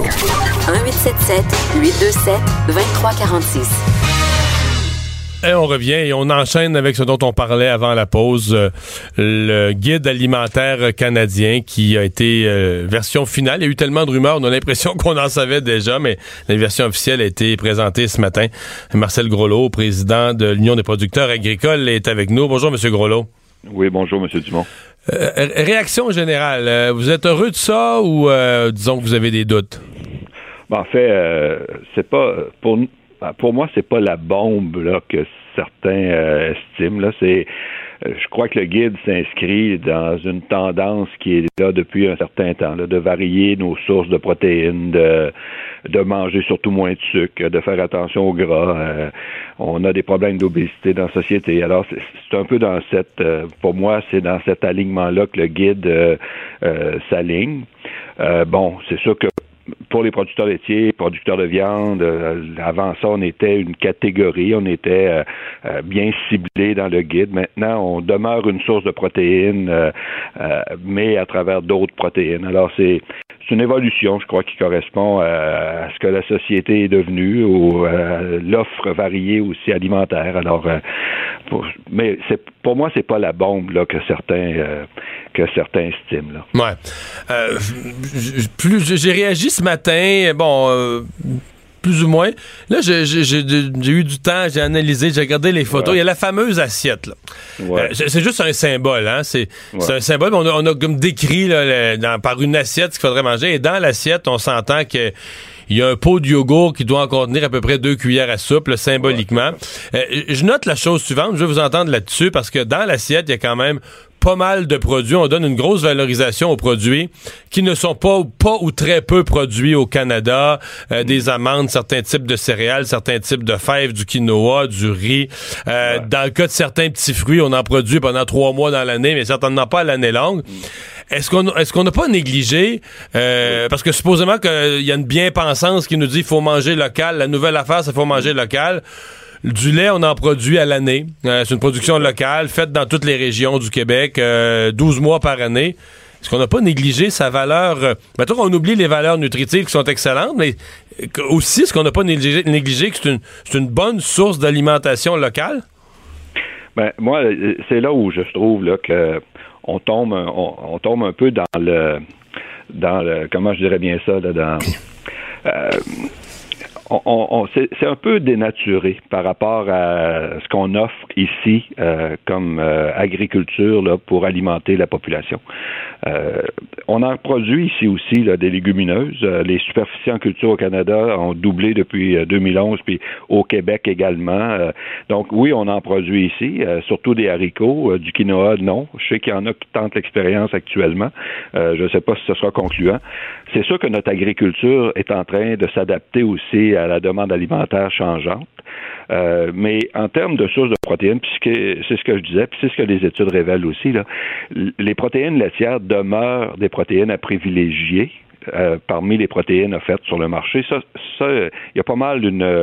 1877-827-2346. Et on revient et on enchaîne avec ce dont on parlait avant la pause, le guide alimentaire canadien qui a été version finale. Il y a eu tellement de rumeurs, on a l'impression qu'on en savait déjà, mais la version officielle a été présentée ce matin. Marcel Groslot, président de l'Union des producteurs agricoles, est avec nous. Bonjour, M. Groslot. Oui, bonjour, M. Dumont. Réaction générale, vous êtes heureux de ça ou disons que vous avez des doutes? En fait, c'est pas pour moi, c'est pas la bombe là, que certains estiment. Là, je crois que le guide s'inscrit dans une tendance qui est là depuis un certain temps, là, de varier nos sources de protéines, de manger surtout moins de sucre, de faire attention au gras. On a des problèmes d'obésité dans la société. Alors, c'est un peu dans pour moi, c'est dans cet alignement-là que le guide s'aligne. C'est sûr que pour les producteurs laitiers, producteurs de viande, avant ça, on était une catégorie, on était bien ciblé dans le guide. Maintenant, on demeure une source de protéines, mais à travers d'autres protéines. Alors, c'est une évolution, je crois, qui correspond à ce que la société est devenue, ou l'offre variée aussi alimentaire. Alors, mais pour moi, c'est pas la bombe là que certains estiment. Là. Ouais. J'ai réagi ce matin. plus ou moins. Là, j'ai eu du temps, j'ai analysé, j'ai regardé les photos. Il y a la fameuse assiette, là. Ouais. C'est juste un symbole, hein. C'est un symbole, mais on a comme décrit là, par une assiette ce qu'il faudrait manger. Et dans l'assiette, on s'entend que il y a un pot de yogourt qui doit en contenir à peu près 2 cuillères à soupe, là, symboliquement. Je note la chose suivante, je vais vous entendre là-dessus, parce que dans l'assiette, il y a quand même pas mal de produits. On donne une grosse valorisation aux produits qui ne sont pas ou très peu produits au Canada. Des amandes, certains types de céréales, certains types de fèves, du quinoa, du riz. Dans le cas de certains petits fruits, on en produit pendant 3 mois dans l'année, mais certainement pas à l'année longue. Est-ce qu'on n'a pas négligé, parce que supposément qu'il y a une bien-pensance qui nous dit qu'il faut manger local. La nouvelle affaire, c'est qu'il faut manger local. Du lait, on en produit à l'année. C'est une production locale, faite dans toutes les régions du Québec, 12 mois par année. Est-ce qu'on n'a pas négligé sa valeur? Mettons qu'on oublie les valeurs nutritives qui sont excellentes, mais aussi, est-ce qu'on n'a pas négligé que c'est une bonne source d'alimentation locale? Ben, moi, c'est là où je trouve là, que on tombe un peu dans le comment je dirais bien ça, là, c'est un peu dénaturé par rapport à ce qu'on offre ici comme agriculture là, pour alimenter la population. On en produit ici aussi là, des légumineuses. Les superficies en culture au Canada ont doublé depuis 2011, puis au Québec également. Donc oui, on en produit ici, surtout des haricots, du quinoa, non. Je sais qu'il y en a qui tentent l'expérience actuellement. Je ne sais pas si ce sera concluant. C'est sûr que notre agriculture est en train de s'adapter aussi à la demande alimentaire changeante. Mais en termes de sources de protéines, puis c'est ce que je disais, puis c'est ce que les études révèlent aussi, là, les protéines laitières demeurent des protéines à privilégier parmi les protéines offertes sur le marché. Ça, il y a pas mal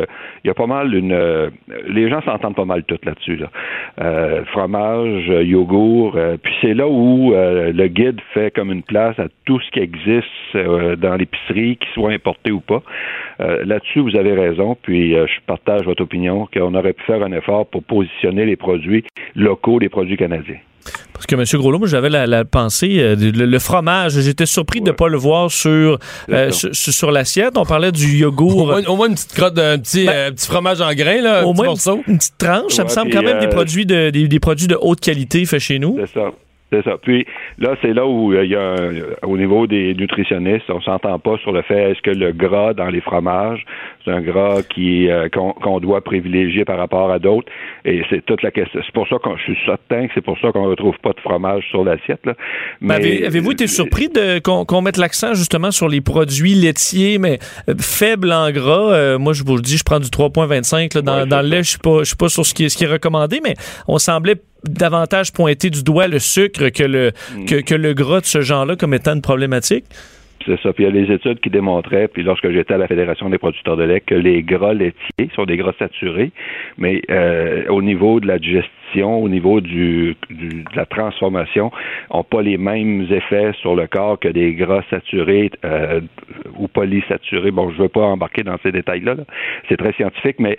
les gens s'entendent pas mal toutes là-dessus, là. Fromage, yogourt, puis c'est là où le guide fait comme une place à tout ce qui existe dans l'épicerie, qu'il soit importé ou pas. Là-dessus, vous avez raison, puis je partage votre opinion qu'on aurait pu faire un effort pour positionner les produits locaux, les produits canadiens. Parce que, M. Groslot, moi, j'avais la pensée, le fromage, j'étais surpris de ne pas le voir sur l'assiette. On parlait du yogourt. Au moins une petite crotte, un petit fromage en grains, là, au moins une petite tranche. Ça me semble quand même des produits de haute qualité faits chez nous. C'est ça. C'est ça. Puis là, c'est là où il y a au niveau des nutritionnistes, on s'entend pas sur le fait est-ce que le gras dans les fromages, c'est un gras qu'on doit privilégier par rapport à d'autres. Et c'est toute la question. C'est pour ça que je suis certain que c'est pour ça qu'on retrouve pas de fromage sur l'assiette, là. Mais avez-vous été surpris qu'on mette l'accent justement sur les produits laitiers, mais faibles en gras? Moi, je vous le dis, je prends du 3,25 là, dans le lait. Je suis pas sur ce qui est recommandé, mais on semblait davantage pointer du doigt le sucre que le gras de ce genre-là comme étant une problématique? C'est ça. Puis il y a les études qui démontraient, puis lorsque j'étais à la Fédération des producteurs de lait, que les gras laitiers sont des gras saturés, mais au niveau de la digestion, au niveau de la transformation, n'ont pas les mêmes effets sur le corps que des gras saturés ou polysaturés. Bon, je ne veux pas embarquer dans ces détails-là, là. C'est très scientifique, mais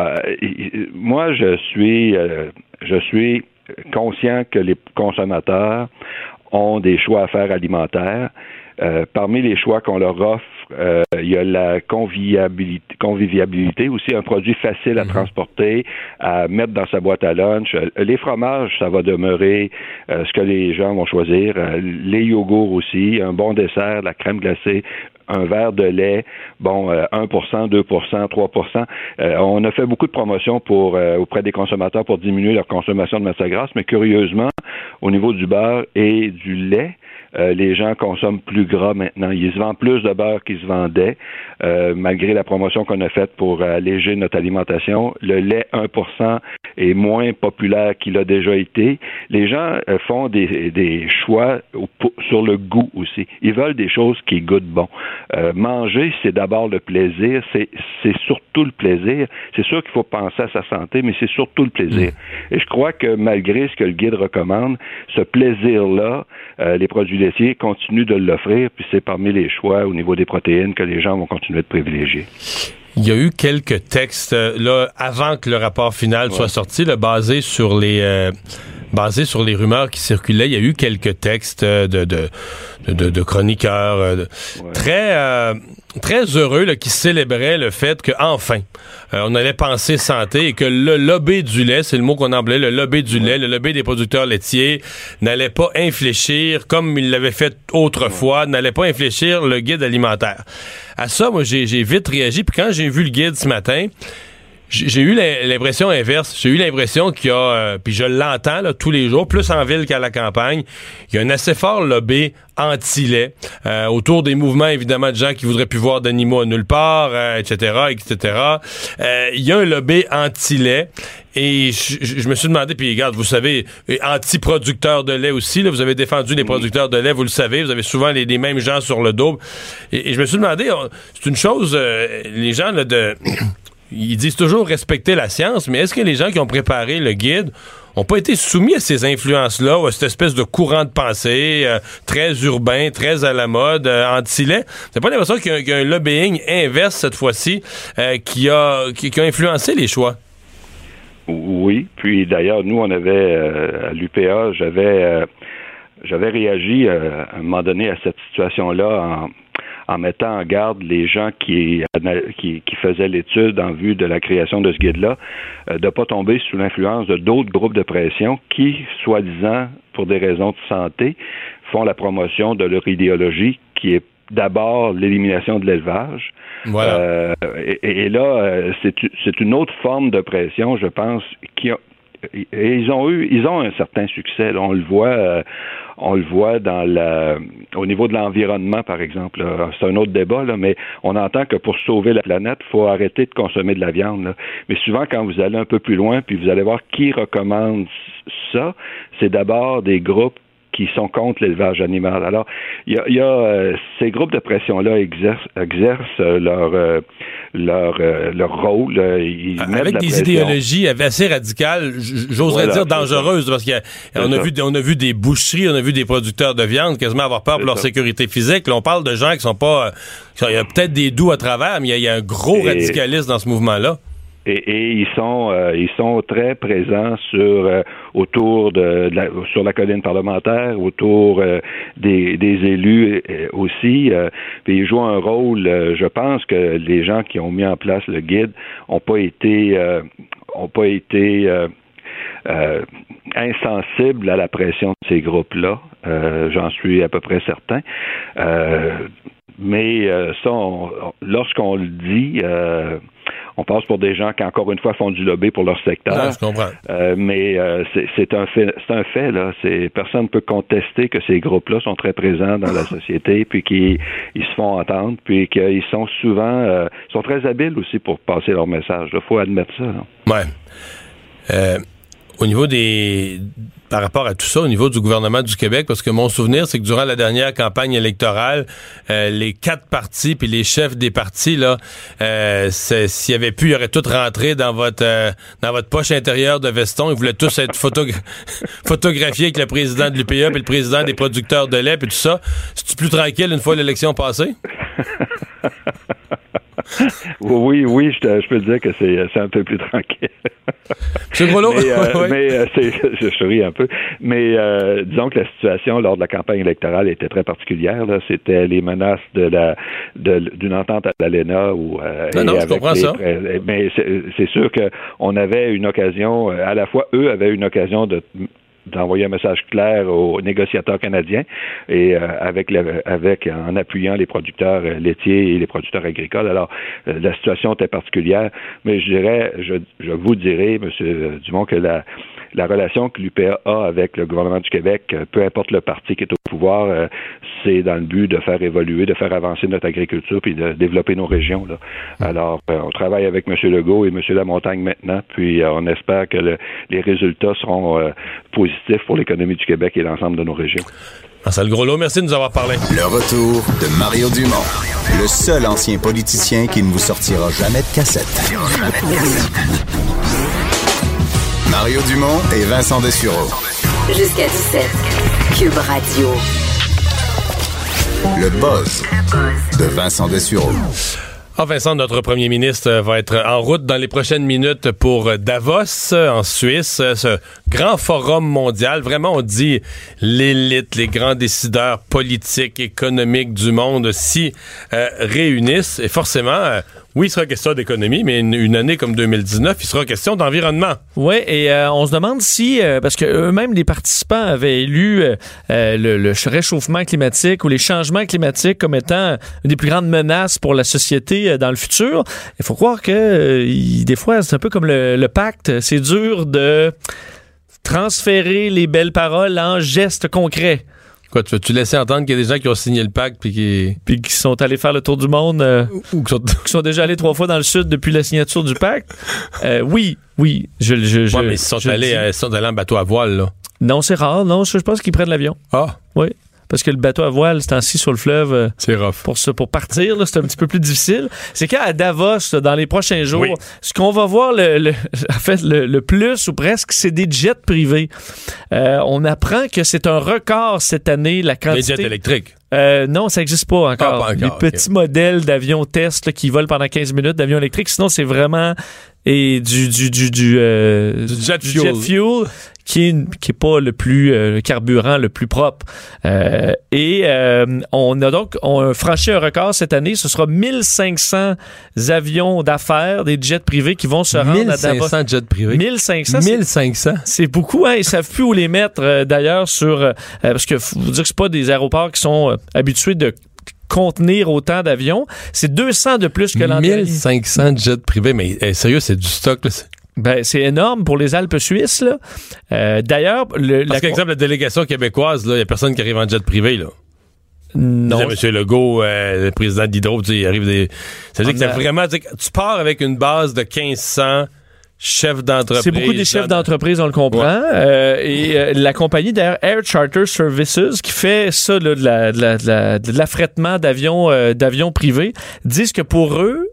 moi, je suis conscient que les consommateurs ont des choix à faire alimentaires. Parmi les choix qu'on leur offre, il y a la convivialité aussi, un produit facile à transporter, à mettre dans sa boîte à lunch. Les fromages, ça va demeurer ce que les gens vont choisir. Les yogourts aussi, un bon dessert, la crème glacée, un verre de lait, 1%, 2%, 3%. On a fait beaucoup de promotions auprès des consommateurs pour diminuer leur consommation de matières grasses, mais curieusement, au niveau du beurre et du lait, les gens consomment plus gras maintenant. Ils se vendent plus de beurre qu'ils se vendaient, malgré la promotion qu'on a faite pour alléger notre alimentation. Le lait 1% est moins populaire qu'il a déjà été. Les gens font des choix sur le goût aussi. Ils veulent des choses qui goûtent bon. Manger, c'est d'abord le plaisir. C'est surtout le plaisir. C'est sûr qu'il faut penser à sa santé, mais c'est surtout le plaisir. Et je crois que malgré ce que le guide recommande, ce plaisir-là, les produits laitiers continuent de l'offrir, puis c'est parmi les choix au niveau des protéines que les gens vont continuer de privilégier. Il y a eu quelques textes là avant que le rapport final soit sorti, là, basé sur basé sur les rumeurs qui circulaient. Il y a eu quelques textes de chroniqueurs très heureux là, qui célébraient le fait qu'enfin, on allait penser santé et que le lobby du lait, c'est le mot qu'on employait, le lobby du lait, le lobby des producteurs laitiers, n'allait pas infléchir, comme il l'avait fait autrefois, n'allait pas infléchir le guide alimentaire. À ça, moi, j'ai vite réagi, puis quand j'ai vu le guide ce matin, j'ai eu l'impression inverse. J'ai eu l'impression qu'il y a, puis je l'entends là, tous les jours, plus en ville qu'à la campagne, il y a un assez fort lobby anti-lait, autour des mouvements, évidemment, de gens qui voudraient plus voir d'animaux nulle part, etc. Il y a un lobby anti-lait. Et je me suis demandé, puis regarde, vous savez, anti-producteurs de lait aussi, là, vous avez défendu les producteurs de lait, vous le savez, vous avez souvent les mêmes gens sur le dos. Et je me suis demandé, c'est une chose, les gens là, ils disent toujours respecter la science, mais est-ce que les gens qui ont préparé le guide n'ont pas été soumis à ces influences-là, ou à cette espèce de courant de pensée très urbain, très à la mode, anti-lait? C'est pas l'impression qu'il y a un lobbying inverse cette fois-ci qui a influencé les choix? Oui, puis d'ailleurs, nous, on avait, à l'UPA, j'avais réagi à un moment donné à cette situation-là en mettant en garde les gens qui faisaient l'étude en vue de la création de ce guide-là, de ne pas tomber sous l'influence de d'autres groupes de pression qui, soi-disant, pour des raisons de santé, font la promotion de leur idéologie qui est d'abord l'élimination de l'élevage. Voilà. Et là, c'est une autre forme de pression, je pense, et ils ont un certain succès. Là, on le voit au niveau de l'environnement, par exemple. Là. C'est un autre débat, là, mais on entend que pour sauver la planète, il faut arrêter de consommer de la viande. Là. Mais souvent, quand vous allez un peu plus loin, puis vous allez voir qui recommande ça, c'est d'abord des groupes qui sont contre l'élevage animal. Alors, il y a ces groupes de pression-là exercent leur rôle. Avec des idéologies assez radicales, j'oserais dire dangereuses, parce qu'on a vu des boucheries, on a vu des producteurs de viande quasiment avoir peur pour leur sécurité physique. Là, on parle de gens qui sont pas... Il y a peut-être des doux à travers, mais il y a un gros radicalisme dans ce mouvement-là. Et ils sont très présents autour sur la colline parlementaire, autour des élus aussi. Puis ils jouent un rôle. Je pense que les gens qui ont mis en place le guide ont pas été insensibles à la pression de ces groupes-là. J'en suis à peu près certain. Mais ça, lorsqu'on le dit, on passe pour des gens qui, encore une fois, font du lobby pour leur secteur. Non, je comprends. Mais c'est un fait, là. Personne ne peut contester que ces groupes-là sont très présents dans la société, puis qu'ils se font entendre, puis qu'ils sont souvent sont très habiles aussi pour passer leur message. Il faut admettre ça. Là. Ouais. Au niveau par rapport à tout ça, au niveau du gouvernement du Québec, parce que mon souvenir, c'est que durant la dernière campagne électorale, les 4 partis puis les chefs des partis, là, s'il y avait pu, ils auraient tous rentré dans votre poche intérieure de veston. Ils voulaient tous être photographiés avec le président de l'UPA puis le président des producteurs de lait puis tout ça. C'est-tu plus tranquille une fois l'élection passée? Oui, je peux te dire que c'est un peu plus tranquille. C'est gros lot. Mais je souris un peu. Mais disons que la situation lors de la campagne électorale était très particulière. Là. C'était les menaces d'une entente à l'ALENA. Je comprends ça. Mais c'est sûr qu'on avait une occasion, à la fois eux avaient une occasion d'envoyer un message clair aux négociateurs canadiens et en appuyant les producteurs laitiers et les producteurs agricoles. Alors, la situation était particulière, mais je vous dirais, M. Dumont, que la relation que l'UPA a avec le gouvernement du Québec, peu importe le parti qui est au pouvoir, c'est dans le but de faire évoluer, de faire avancer notre agriculture puis de développer nos régions. Là. Alors, on travaille avec M. Legault et M. Lamontagne maintenant, puis on espère que les résultats seront positifs pour l'économie du Québec et l'ensemble de nos régions. Marcel Groslot, merci de nous avoir parlé. Le retour de Mario Dumont, le seul ancien politicien qui ne vous sortira jamais de cassette. Mario Dumont et Vincent Dessureau. Jusqu'à 17. Cube Radio. Le buzz de Vincent Dessureau. Vincent, notre premier ministre va être en route dans les prochaines minutes pour Davos, en Suisse, ce grand forum mondial. Vraiment, on dit l'élite, les grands décideurs politiques, économiques du monde s'y réunissent. Et forcément, oui, il sera question d'économie, mais une année comme 2019, il sera question d'environnement. Oui, et on se demande si, parce que eux-mêmes, les participants avaient élu le réchauffement climatique ou les changements climatiques comme étant une des plus grandes menaces pour la société dans le futur. Il faut croire que des fois, c'est un peu comme le pacte. C'est dur de transférer les belles paroles en gestes concrets. Quoi, tu laissais entendre qu'il y a des gens qui ont signé le pacte puis qui sont allés faire le tour du monde ou qui sont déjà allés 3 fois dans le sud depuis la signature du pacte. Oui. Mais ils sont allés en bateau à voile, là. Non, c'est rare. Non, je pense qu'ils prennent l'avion. Ah. Oui. Parce que le bateau à voile, c'est ainsi sur le fleuve. C'est rough. Pour partir, là, c'est un petit peu plus difficile. C'est qu'à Davos, là, dans les prochains jours, ce qu'on va voir le plus ou presque, c'est des jets privés. On apprend que c'est un record cette année, la quantité. Les jets électriques. Non, ça n'existe pas encore. Pas encore. Les petits modèles d'avions test là, qui volent pendant 15 minutes d'avions électriques. Sinon, c'est vraiment du jet fuel qui est pas le plus carburant le plus propre. On a franchi un record cette année. Ce sera 1500 avions d'affaires, des jets privés qui vont se rendre à Davos. 1500 jets privés. 1500. C'est beaucoup. Ils savent plus où les mettre d'ailleurs parce que faut dire que c'est pas des aéroports qui sont habitués de contenir autant d'avions. C'est 200 de plus que l'an dernier. 1500 jets privés. Mais sérieux, c'est du stock, là. C'est énorme pour les Alpes suisses, là. D'ailleurs, parce qu'exemple, la délégation québécoise, il n'y a personne qui arrive en jet privé, là. Non. M. Legault, le président d'Hydro, il arrive des. Ça veut dire que c'est vraiment. Tu pars avec une base de 1500 chefs d'entreprise. C'est beaucoup des chefs d'entreprise, on le comprend. Ouais. La compagnie, d'ailleurs, Air Charter Services, qui fait ça, là, de l'affrètement d'avions privés, disent que pour eux,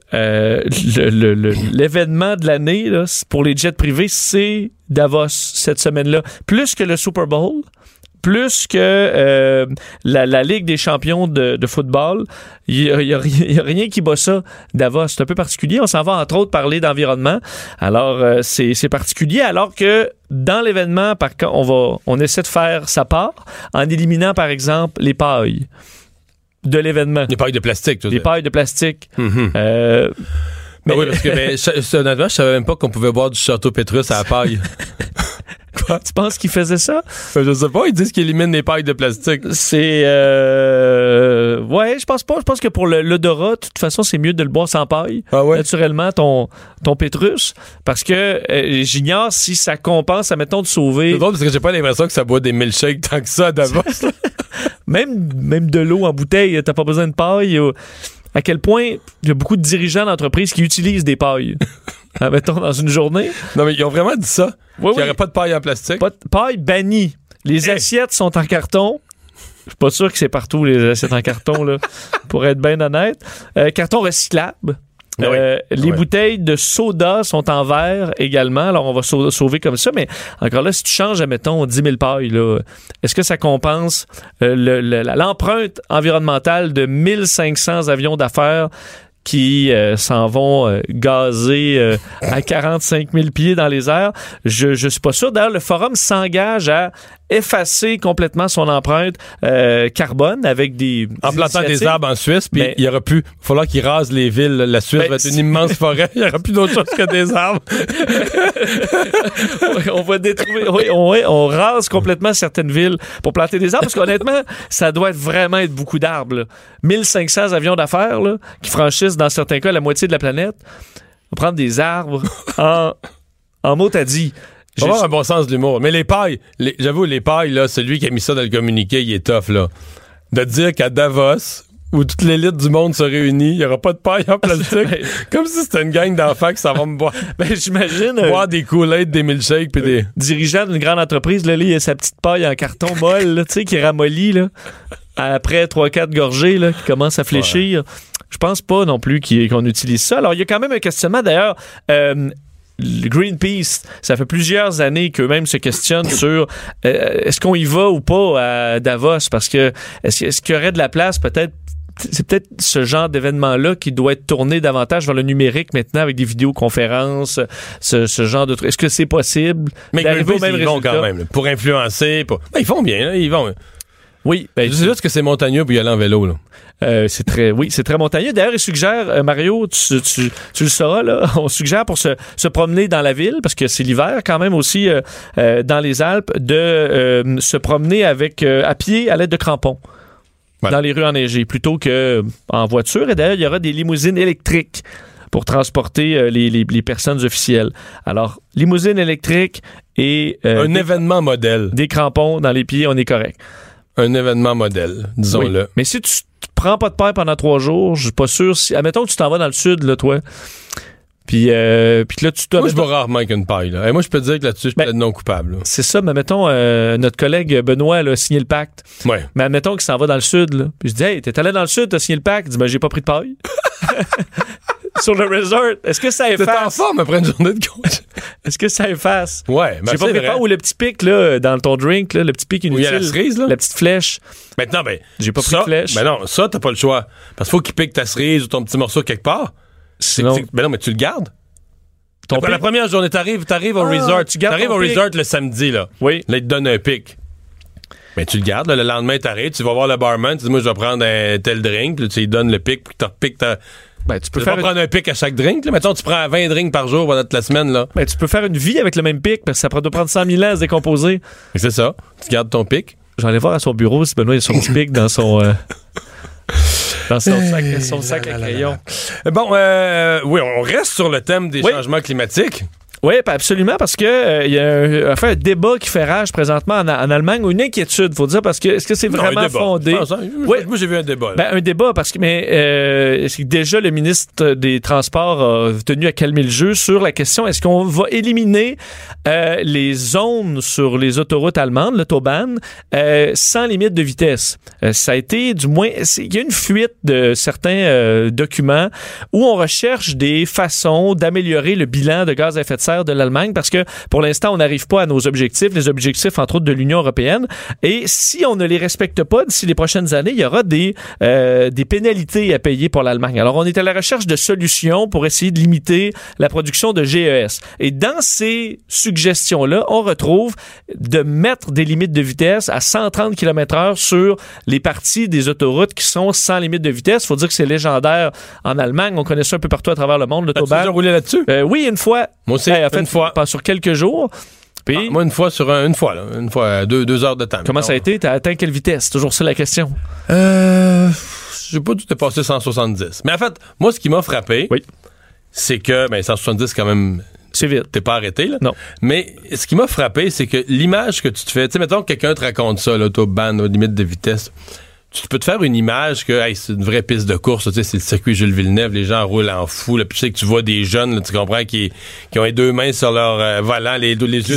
l'événement de l'année, là, pour les jets privés, c'est Davos cette semaine-là. Plus que le Super Bowl. Plus que la Ligue des champions de football. Il y a rien qui bat ça, Davos. C'est un peu particulier. On s'en va, entre autres, parler d'environnement. Alors, c'est particulier. Alors que dans l'événement, par contre, on essaie de faire sa part en éliminant, par exemple, les pailles de l'événement. Les pailles de plastique, Les pailles de plastique. Mm-hmm. Mais oui, parce que honnêtement, je savais même pas qu'on pouvait boire du Château Pétrus à la paille. Quoi? Tu penses qu'ils faisaient ça? Je sais pas, ils disent qu'ils éliminent les pailles de plastique. C'est... Ouais, je pense pas. Je pense que pour l'odorat, de toute façon, c'est mieux de le boire sans paille. Ah ouais? Naturellement, ton Pétrus. Parce que j'ignore si ça compense, admettons, de sauver... C'est drôle parce que j'ai pas l'impression que ça boit des milkshakes tant que ça à Davos. même de l'eau en bouteille, t'as pas besoin de paille. À quel point il y a beaucoup de dirigeants d'entreprises qui utilisent des pailles. Mettons, dans une journée. Non, mais ils ont vraiment dit ça. Oui, qu'il n'y aurait pas de paille en plastique. Pas de paille bannie. Les assiettes sont en carton. Je suis pas sûr que c'est partout, les assiettes en carton, là, pour être bien honnête. Carton recyclable. Les bouteilles de soda sont en verre également. Alors, on va sauver comme ça. Mais encore là, si tu changes, admettons, 10 000 pailles, là, est-ce que ça compense l'empreinte environnementale de 1500 avions d'affaires qui s'en vont gazer à 45 000 pieds dans les airs? Je suis pas sûr. D'ailleurs, le forum s'engage à effacer complètement son empreinte carbone avec des en plantant des arbres en Suisse, puis il va falloir qu'ils rasent les villes. La Suisse va être une immense forêt. Il n'y aura plus d'autre chose que des arbres. On va détruire. On rase complètement certaines villes pour planter des arbres, parce qu'honnêtement, ça doit vraiment être beaucoup d'arbres, là. 1500 avions d'affaires là, qui franchissent, dans certains cas, la moitié de la planète. On va prendre des arbres en mot à dit. J'ai avoir un bon sens de l'humour. Mais les pailles, j'avoue, les pailles, là, celui qui a mis ça dans le communiqué, il est tough, là. De dire qu'à Davos, où toute l'élite du monde se réunit, il n'y aura pas de paille en plastique. Comme si c'était une gang d'enfants qui s'en vont me boire. J'imagine. Boire des Kool-Aid, des milkshakes, puis des. Dirigeant d'une grande entreprise, là, il y a sa petite paille en carton molle, tu sais, qui ramollit, là. Après 3-4 gorgées, là, qui commence à fléchir. Ouais. Je pense pas non plus qu'on utilise ça. Alors, il y a quand même un questionnement, d'ailleurs. Greenpeace, ça fait plusieurs années qu'eux-mêmes se questionnent sur est-ce qu'on y va ou pas à Davos, parce que est-ce qu'il y aurait de la place peut-être c'est peut-être ce genre d'événement-là qui doit être tourné davantage vers le numérique maintenant avec des vidéoconférences, ce genre de trucs. Est-ce que c'est possible d'arriver au même résultat? Ils vont quand même, pour influencer. Ils font bien, là, ils vont. Oui. C'est juste que c'est montagneux pour y aller en vélo, là. C'est très montagneux. D'ailleurs, il suggère, Mario, tu le sauras, là, on suggère pour se promener dans la ville, parce que c'est l'hiver quand même aussi dans les Alpes, de se promener à pied à l'aide de crampons. Voilà. Dans les rues enneigées, plutôt qu'en voiture. Et d'ailleurs, il y aura des limousines électriques pour transporter les personnes officielles. Alors, limousine électrique et... un événement modèle. Des crampons dans les pieds, on est correct. Un événement modèle, disons-le. Oui. Mais si tu prends pas de paille pendant 3 jours, je suis pas sûr. Admettons que tu t'en vas dans le sud, là, toi. Puis là, moi, je vais rarement avec une paille, là. Et moi, je peux te dire que là-dessus, je peux être non coupable, là. C'est ça, mais mettons, notre collègue Benoît a signé le pacte. Ouais. Mais admettons qu'il s'en va dans le sud, là. Puis je dis, hey, t'es allé dans le sud, t'as signé le pacte. Il dit, j'ai pas pris de paille. Sur le resort, est-ce que ça efface? T'es en forme après une journée de coach. Est-ce que ça efface? Ouais, mais j'ai pas pris de paille. Ou le petit pic, là, dans ton drink, là, le petit pic inutile. Oui, il y a la cerise, là. La petite flèche. Maintenant, j'ai pas pris de flèche. Ben non, ça, t'as pas le choix. Parce qu'il faut qu'il pique ta cerise ou ton petit morceau quelque part. Ben non, mais tu le gardes. La première journée, t'arrives au resort. T'arrives au resort le samedi, là. Oui. Là, il te donne un pic. Mais tu le gardes, là, le lendemain, t'arrives, tu vas voir le barman, tu dis, moi, je vais prendre un tel drink, puis tu lui donnes le pic, puis tu repiques ta... tu peux pas prendre un pic à chaque drink, là. Mettons, tu prends 20 drinks par jour pendant toute la semaine, là. Tu peux faire une vie avec le même pic, parce que ça doit prendre 100 000 ans à se décomposer. C'est ça. Tu gardes ton pic. J'allais voir à son bureau si Benoît a son petit pic dans son... dans son sac à crayon. Bon, oui, on reste sur le thème des changements climatiques. Oui, absolument, parce que il y a un débat qui fait rage présentement en Allemagne, ou une inquiétude, faut dire, parce que est-ce que c'est vraiment fondé? Oui, moi j'ai vu un débat. Un débat, parce que c'est que déjà le ministre des Transports a tenu à calmer le jeu sur la question, est-ce qu'on va éliminer les zones sur les autoroutes allemandes, l'autobahn, sans limite de vitesse? Ça a été, du moins, il y a une fuite de certains documents où on recherche des façons d'améliorer le bilan de gaz à effet de serre de l'Allemagne, parce que pour l'instant, on n'arrive pas à nos objectifs, les objectifs, entre autres, de l'Union européenne. Et si on ne les respecte pas d'ici les prochaines années, il y aura des pénalités à payer pour l'Allemagne. Alors, on est à la recherche de solutions pour essayer de limiter la production de GES. Et dans ces suggestions-là, on retrouve de mettre des limites de vitesse à 130 km/h sur les parties des autoroutes qui sont sans limite de vitesse. Il faut dire que c'est légendaire en Allemagne. On connaît ça un peu partout à travers le monde, l'autobahn. As-tu déjà roulé là-dessus? Oui, une fois. Moi aussi. Une fois. Pas sur quelques jours. Puis, moi, une fois, 2 heures de temps. Comment ça a été? T'as atteint quelle vitesse? C'est toujours ça la question. J'ai pas dû dépasser 170. Mais en fait, moi, ce qui m'a frappé, c'est que 170, quand même, c'est vite. T'es pas arrêté, là? Non. Mais ce qui m'a frappé, c'est que l'image que tu te fais, tu sais, mettons que quelqu'un te raconte ça, l'autobahn, limite de vitesse. Tu peux te faire une image que c'est une vraie piste de course, tu sais, c'est le circuit Jules Villeneuve, les gens roulent en fou, là, puis tu sais que tu vois des jeunes, là, tu comprends, qui ont les 2 mains sur leur volant, les yeux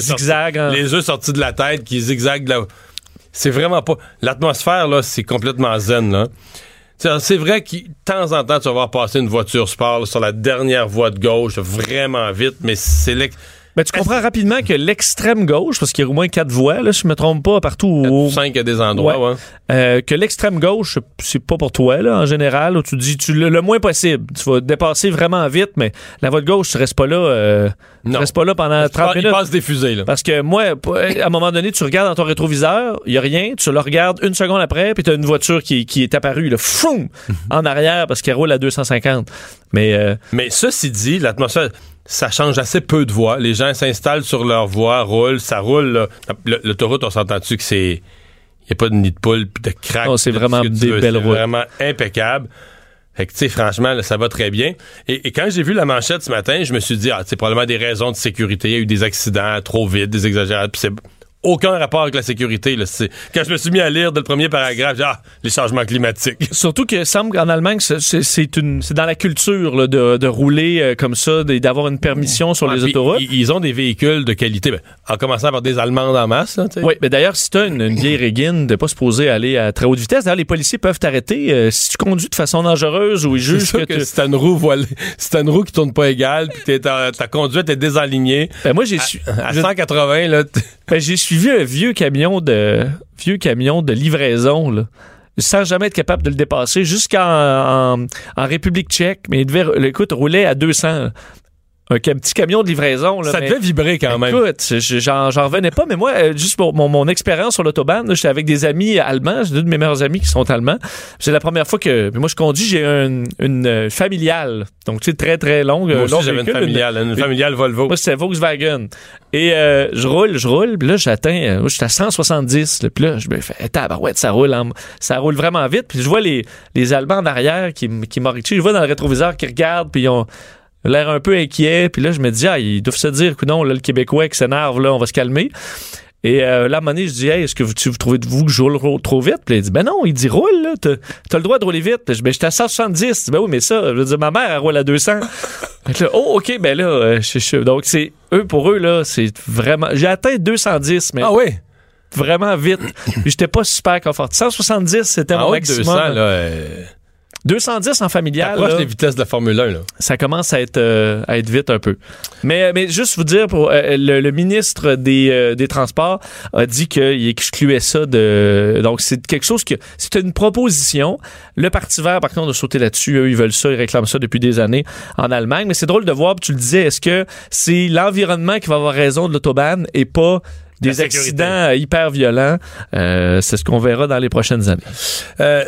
sortis de la tête, qui zigzaguent là. C'est vraiment pas... L'atmosphère, là, c'est complètement zen, là. T'sais, c'est vrai que de temps en temps, tu vas voir passer une voiture sport là, sur la dernière voie de gauche, vraiment vite, mais c'est... Tu comprends rapidement que l'extrême gauche, parce qu'il y a au moins 4 voies, là, si je me trompe pas, partout. 4 ou 5 à des endroits, que l'extrême gauche, c'est pas pour toi, là, en général, où tu dis le moins possible. Tu vas dépasser vraiment vite, mais la voie de gauche, tu restes pas là. Tu restes pas là pendant 30 minutes. Il passe des fusées, là. Parce que moi, à un moment donné, tu regardes dans ton rétroviseur, il y a rien, tu le regardes 1 seconde après, puis t'as une voiture qui est apparue, là, foum, en arrière, parce qu'elle roule à 250. Mais ceci dit, l'atmosphère... Ça change assez peu de voies. Les gens s'installent sur leur voie, roulent, ça roule. Là. L'autoroute, on s'entend-tu que c'est... Il n'y a pas de nid de poule puis de crack. Non, c'est vraiment des belles routes. C'est vraiment impeccable. Fait que, tu sais, franchement, là, ça va très bien. Et quand j'ai vu la manchette ce matin, je me suis dit, c'est probablement des raisons de sécurité. Il y a eu des accidents trop vite, des exagérations. Puis c'est aucun rapport avec la sécurité. Là. Quand je me suis mis à lire le premier paragraphe, j'ai dit, les changements climatiques. Surtout que semble qu'en Allemagne, c'est dans la culture là, de rouler comme ça, d'avoir une permission sur les autoroutes. Ils ont des véhicules de qualité, en commençant par des Allemandes en masse. Là, oui, mais d'ailleurs, si tu as une vieille Régine, t'es pas supposé aller à très haute vitesse. D'ailleurs, les policiers peuvent t'arrêter si tu conduis de façon dangereuse ou ils jugent que si t'as une roue qui tourne pas égale puis ta conduite est désalignée. Moi, à 180, là... j'ai suivi un vieux camion de livraison, là. sans jamais être capable de le dépasser, jusqu'en République tchèque. Mais il devait, écoute, roulait à 200. Un petit camion de livraison. Là, ça devait vibrer quand même. Écoute, j'en revenais pas, mais moi, juste pour mon expérience sur l'autobahn, j'étais avec des amis allemands, j'ai deux de mes meilleurs amis qui sont allemands. C'est la première fois que moi je conduis, j'ai une familiale, donc tu sais, très très longue. Moi aussi, j'avais une familiale Volvo. Moi, c'était Volkswagen. Et je roule, puis là, j'étais à 170, là, puis là, je me fais, tabarouette, ça roule vraiment vite, puis je vois les Allemands en arrière qui m'enrichissent, je vois dans le rétroviseur qui regardent, puis ils ont l'air un peu inquiet, puis là je me dis ils doivent se dire que non, là, le Québécois qui s'énerve, là on va se calmer. Et là à un moment donné je dis est-ce que vous trouvez que je roule trop vite? Puis il dit non, il dit roule là, t'as le droit de rouler vite. Puis j'étais à 170. Oui, mais ça, je veux dire, ma mère elle roule à 200. Là, ok, ben là donc c'est pour eux là, c'est vraiment, j'ai atteint 210, mais vraiment vite. Puis j'étais pas super confortable. 170 c'était mon maximum. 200 là 210 en familial. T'approches les vitesses de la Formule 1, là. Ça commence à être vite un peu. Mais juste vous dire, pour le ministre des Transports a dit qu'il excluait ça donc c'est quelque chose c'est une proposition. Le Parti vert, par contre, a sauté là-dessus. Eux, ils veulent ça, ils réclament ça depuis des années en Allemagne. Mais c'est drôle de voir, tu le disais, est-ce que c'est l'environnement qui va avoir raison de l'autobahn et pas des accidents hyper violents? C'est ce qu'on verra dans les prochaines années.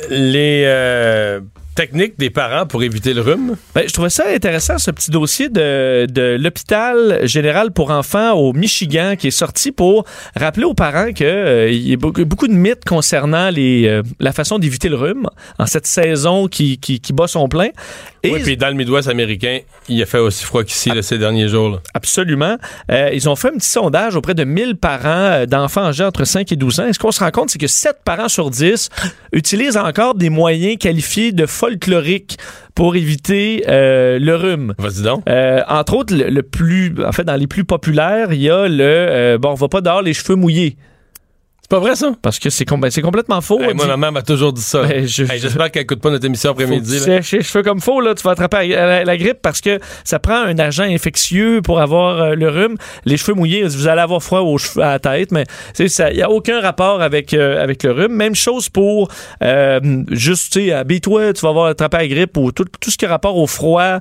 Les techniques des parents pour éviter le rhume? Je trouvais ça intéressant, ce petit dossier de l'hôpital général pour enfants au Michigan qui est sorti pour rappeler aux parents qu'il y a beaucoup de mythes concernant la façon d'éviter le rhume en cette saison qui bat son plein. Et oui, puis dans le Midwest américain, il a fait aussi froid qu'ici ces derniers jours. Là. Absolument. Ils ont fait un petit sondage auprès de 1000 parents d'enfants âgés entre 5 et 12 ans. Et ce qu'on se rend compte, c'est que 7 parents sur 10 utilisent encore des moyens qualifiés de folkloriques pour éviter le rhume. Vas-y donc. Entre autres, dans les plus populaires, il y a on va pas dehors les cheveux mouillés. C'est pas vrai, ça? Parce que c'est complètement faux. Moi, ma mère m'a toujours dit ça. J'espère qu'elle écoute pas notre émission après-midi. Tu séches les cheveux comme faux, là, tu vas attraper la grippe parce que ça prend un agent infectieux pour avoir le rhume. Les cheveux mouillés, vous allez avoir froid aux cheveux à la tête, mais il n'y a aucun rapport avec le rhume. Même chose pour juste, tu sais, habille-toi, tu vas avoir attrapé la grippe ou tout ce qui a rapport au froid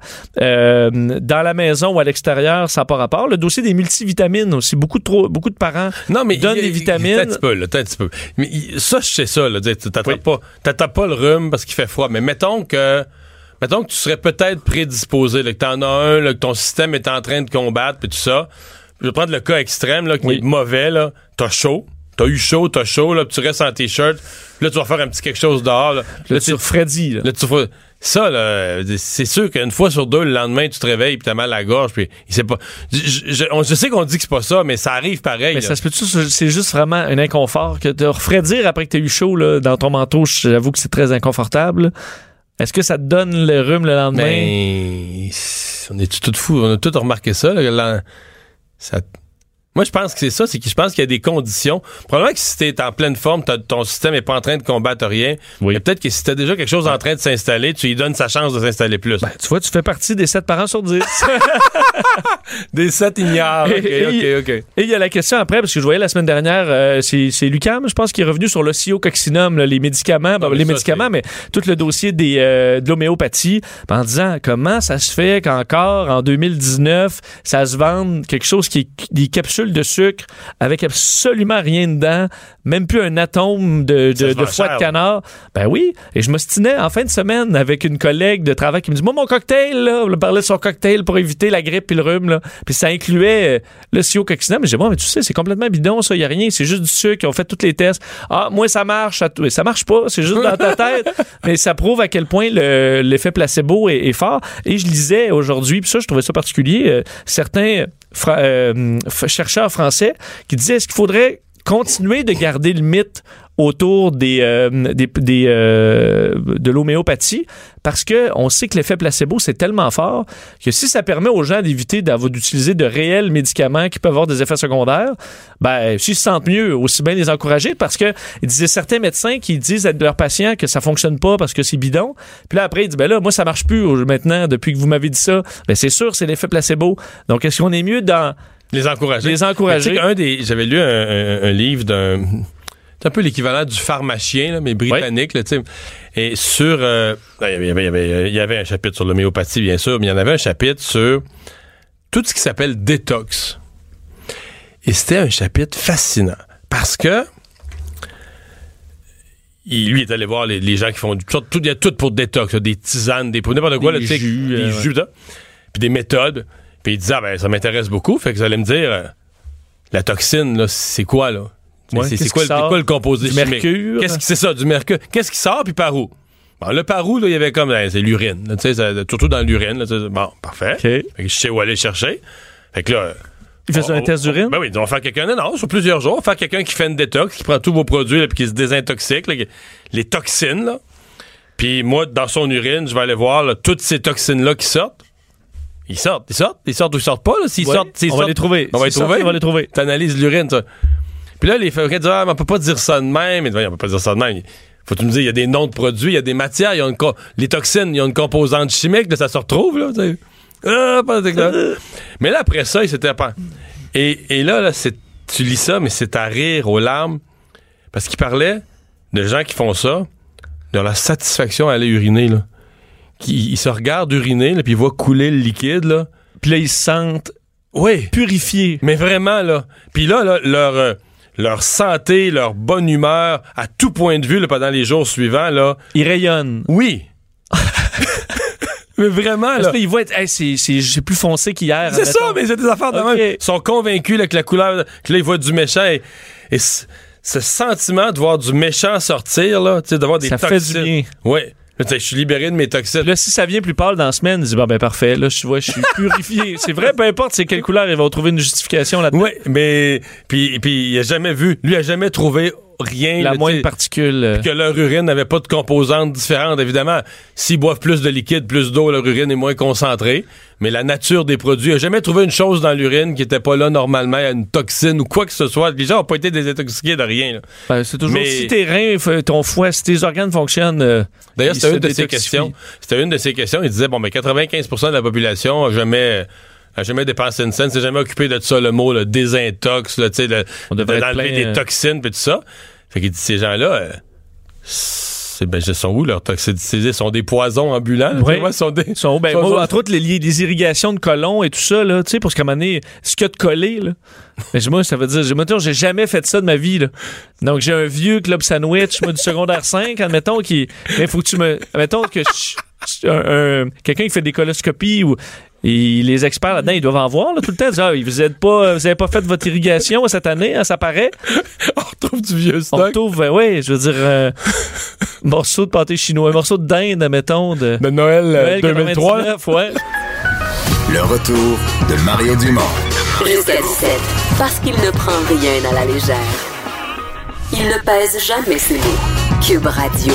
dans la maison ou à l'extérieur, ça n'a pas rapport. Le dossier des multivitamines aussi, beaucoup de parents donnent des vitamines. Un petit peu. Mais ça, je sais ça. Là, tu t'attends pas le rhume parce qu'il fait froid. Mais mettons que tu serais peut-être prédisposé, là, que t'en as un, là, que ton système est en train de combattre, puis tout ça. Je vais prendre le cas extrême là, qui est mauvais. Là. T'as chaud. T'as eu chaud, là, puis tu restes en t-shirt. Puis là, tu vas faire un petit quelque chose dehors. Là tu refroidis. Ça, là, c'est sûr qu'une fois sur deux, le lendemain, tu te réveilles puis t'as mal à la gorge. Puis c'est pas. Je sais qu'on dit que c'est pas ça, mais ça arrive pareil. Mais ça se peut-tu, c'est juste vraiment un inconfort que de refroidir après que t'as eu chaud là, dans ton manteau. J'avoue que c'est très inconfortable. Est-ce que ça te donne le rhume le lendemain? Ben, on est tout fou. On a tout remarqué ça. Moi, je pense que c'est ça, c'est que je pense qu'il y a des conditions. Probablement que si t'es en pleine forme, ton système est pas en train de combattre rien. Oui. Mais peut-être que si t'as déjà quelque chose en train de s'installer, tu lui donnes sa chance de s'installer plus. Tu vois, tu fais partie des 7 parents sur 10. Des 7 ignorants. OK. Et il y a la question après, parce que je voyais la semaine dernière, c'est Lucam, je pense, qui est revenu sur l'ocyococcinum, les médicaments. Mais tout le dossier de l'homéopathie, en disant comment ça se fait qu'encore en 2019, ça se vende quelque chose qui est des capsules de sucre avec absolument rien dedans, même plus un atome de foie de canard. Ben oui, et je m'ostinais en fin de semaine avec une collègue de travail qui me dit, moi, mon cocktail, là, on parlait de son cocktail pour éviter la grippe et le rhume, là. Puis ça incluait le cyococcinum. Mais j'ai dit, mais tu sais, c'est complètement bidon, ça, il n'y a rien, c'est juste du sucre, ils ont fait tous les tests. Ah, moi, ça marche. Ça marche pas, c'est juste dans ta tête. Mais ça prouve à quel point l'effet placebo est fort. Et je lisais aujourd'hui, puis ça, je trouvais ça particulier, certains chercheurs français qui disaient, est-ce qu'il faudrait continuer de garder le mythe autour de l'homéopathie, parce que on sait que l'effet placebo, c'est tellement fort que si ça permet aux gens d'éviter d'utiliser de réels médicaments qui peuvent avoir des effets secondaires, ben, s'ils se sentent mieux, aussi bien les encourager, parce que il disait certains médecins qui disent à leurs patients que ça fonctionne pas parce que c'est bidon. Puis là, après, il dit, ben là, moi, ça marche plus maintenant, depuis que vous m'avez dit ça. Ben, c'est sûr, c'est l'effet placebo. Donc, est-ce qu'on est mieux dans les encourager? Les encourager. J'avais lu un livre C'est un peu l'équivalent du pharmacien, là, mais britannique. Là, et sur... il y avait un chapitre sur l'homéopathie, bien sûr, mais il y en avait un chapitre sur tout ce qui s'appelle détox. Et c'était un chapitre fascinant. Parce que lui est allé voir les gens qui font il y a tout pour détox, là, des tisanes, des n'importe quoi, des jus, puis des méthodes. Puis il disait, ça m'intéresse beaucoup, fait que vous allez me dire, la toxine, là, c'est quoi, là? C'est quoi le composé chimique? Mercure? C'est ça, du mercure. Qu'est-ce qui sort, puis par où? Bon, le par où, là, il y avait comme, c'est l'urine, là, surtout dans l'urine. Là, bon, parfait. Okay. Fait que je sais où aller chercher. Fait que là... Il faisait un test d'urine? Ben oui, on va faire quelqu'un, non, sur plusieurs jours, on va faire quelqu'un qui fait une détox, qui prend tous vos produits, là, puis qui se désintoxique, là, les toxines, là. Puis moi, dans son urine, je vais aller voir, là, toutes ces toxines-là qui sortent. Ils sortent ou ils sortent pas, là. On va les trouver. On va les trouver. T'analyses l'urine, ça. Puis là, les fabricants disent, on peut pas dire ça de même. Mais on peut pas dire ça de même. Faut que tu me dises, il y a des noms de produits, il y a des matières, les toxines, il y a une composante chimique, là, ça se retrouve, là, tu sais. Mais là, après ça, il s'était pas. Et là, tu lis ça, mais c'est à rire aux larmes. Parce qu'il parlait de gens qui font ça, de leur satisfaction à aller uriner, là. Ils se regardent uriner, là, puis ils voient couler le liquide, là. Puis là, ils se sentent purifiés. Mais vraiment, là. Puis là, leur santé, leur bonne humeur, à tout point de vue, là, pendant les jours suivants, là... Ils rayonnent. Oui. Mais vraiment, là... Parce qu'ils voient c'est plus foncé qu'hier. C'est ça, mais c'est des affaires de même. Ils sont convaincus, là, que la couleur... Que là, ils voient du méchant et ce sentiment de voir du méchant sortir, là, tu sais, d'avoir des toxines. Ça fait du bien. Oui. Je suis libéré de mes toxines. Là, si ça vient plus pâle dans la semaine, je dis, parfait, là, je suis purifié. C'est vrai, peu importe c'est quelle couleur, ils vont trouver une justification là-dedans. Oui, mais, puis il a jamais trouvé rien. La moindre particule. Que leur urine n'avait pas de composantes différentes, évidemment. S'ils boivent plus de liquide, plus d'eau, leur urine est moins concentrée. Mais la nature des produits, il n'a jamais trouvé une chose dans l'urine qui n'était pas là normalement, une toxine ou quoi que ce soit. Les gens n'ont pas été désintoxiqués de rien. Là. C'est toujours, si tes reins, ton foie, si tes organes fonctionnent... D'ailleurs, c'était une de ces questions. C'était une de ces questions. Il disait, 95% de la population n'a jamais dépensé une scène, s'est jamais occupé de ça, le mot, le désintox, là, tu sais, d'enlever des toxines et tout ça. Fait qu'il dit, ces gens-là, sont où leurs toxines? Ils sont des poisons ambulants. Oui. Entre autres, les irrigations de côlon et tout ça, là, tu sais, pour ce qu'à un moment donné, ce qu'il y a de collé, là. Mais moi, ça veut dire, j'ai jamais fait ça de ma vie, là. Donc, j'ai un vieux club sandwich, moi, du secondaire 5, admettons, mais faut que tu me, admettons que quelqu'un qui fait des coloscopies ou, et les experts là-dedans, ils doivent en voir là, tout le temps. Vous avez pas fait votre irrigation cette année, hein, ça paraît. On retrouve du vieux stock. On retrouve, je veux dire, un morceau de pâté chinois, un morceau de dinde, admettons. De Noël 2003. Ouais. Le retour de Mario Dumont. Jusqu'à 17, parce qu'il ne prend rien à la légère. Il ne pèse jamais ses mots. Cube Radio.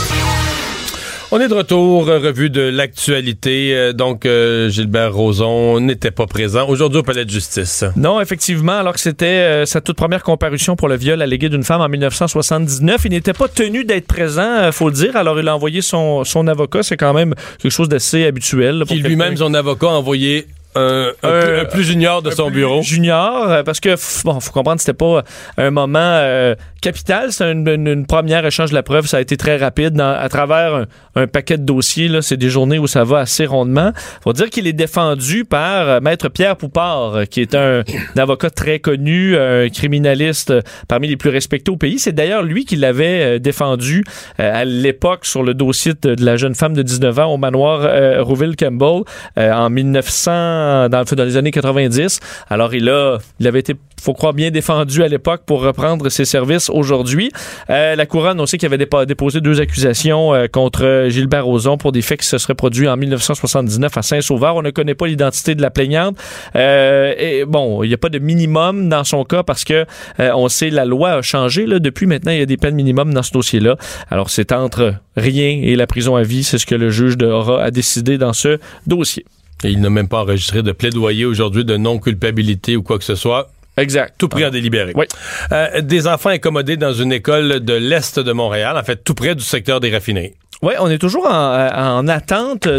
On est de retour, revue de l'actualité. Donc, Gilbert Rozon n'était pas présent aujourd'hui au Palais de justice. Non, effectivement, alors que c'était sa toute première comparution pour le viol allégué d'une femme en 1979. Il n'était pas tenu d'être présent, faut le dire. Alors, il a envoyé son avocat. C'est quand même quelque chose d'assez habituel. Puis lui-même, son avocat, a envoyé un plus junior de son bureau. Junior, parce que, faut comprendre, c'était pas un moment capital. C'était une première échange de la preuve. Ça a été très rapide à travers un paquet de dossiers. Là, c'est des journées où ça va assez rondement. Faut dire qu'il est défendu par Maître Pierre Poupard, qui est un avocat très connu, un criminaliste parmi les plus respectés au pays. C'est d'ailleurs lui qui l'avait défendu à l'époque sur le dossier de la jeune femme de 19 ans au manoir Rouville-Campbell en 1900. Dans les années 90. Alors, il avait été, faut croire, bien défendu à l'époque pour reprendre ses services aujourd'hui. La Couronne, on sait qu'il avait déposé 2 accusations contre Gilbert Rozon pour des faits qui se seraient produits en 1979 à Saint-Sauveur. On ne connaît pas l'identité de la plaignante. Il n'y a pas de minimum dans son cas parce que on sait la loi a changé. Là, depuis maintenant, il y a des peines minimum dans ce dossier-là. Alors, c'est entre rien et la prison à vie. C'est ce que le juge a décidé dans ce dossier. Et il n'a même pas enregistré de plaidoyer aujourd'hui de non-culpabilité ou quoi que ce soit. Exact. Tout pris en délibéré. Oui. Des enfants incommodés dans une école de l'Est de Montréal, en fait, tout près du secteur des raffineries. Oui, on est toujours en attente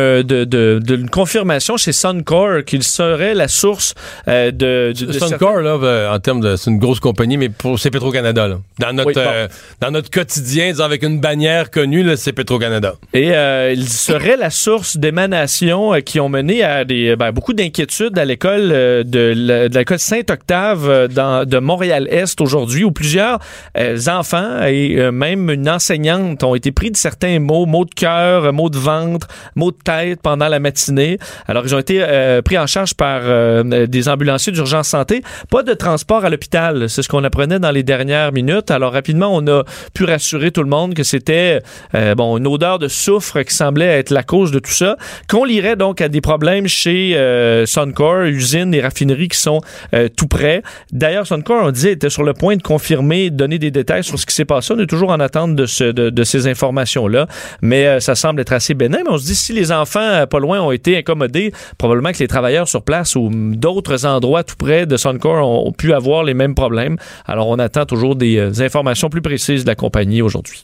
d'une confirmation chez Suncor qu'il serait la source de Suncor, là, en termes de... C'est une grosse compagnie, mais c'est Petro-Canada, là. Dans notre quotidien, disons, avec une bannière connue, là, c'est Petro-Canada. Et il serait la source d'émanations qui ont mené à beaucoup d'inquiétudes à l'école de l'école Saint-Octave de Montréal-Est aujourd'hui, où plusieurs enfants et même une enseignante ont été pris de certains mots de cœur, mots de ventre, mots de tête pendant la matinée. Alors, ils ont été pris en charge par des ambulanciers d'urgence santé. Pas de transport à l'hôpital. C'est ce qu'on apprenait dans les dernières minutes. Alors, rapidement, on a pu rassurer tout le monde que c'était une odeur de soufre qui semblait être la cause de tout ça. Qu'on lirait donc à des problèmes chez Suncor, usines et raffineries qui sont tout près. D'ailleurs, Suncor, on disait, était sur le point de confirmer, de donner des détails sur ce qui s'est passé. On est toujours en attente de ces informations-là. Mais ça semble être assez bénin. Mais on se dit, si les enfants pas loin ont été incommodés, probablement que les travailleurs sur place ou d'autres endroits tout près de Suncor ont pu avoir les mêmes problèmes. Alors, on attend toujours des informations plus précises de la compagnie aujourd'hui.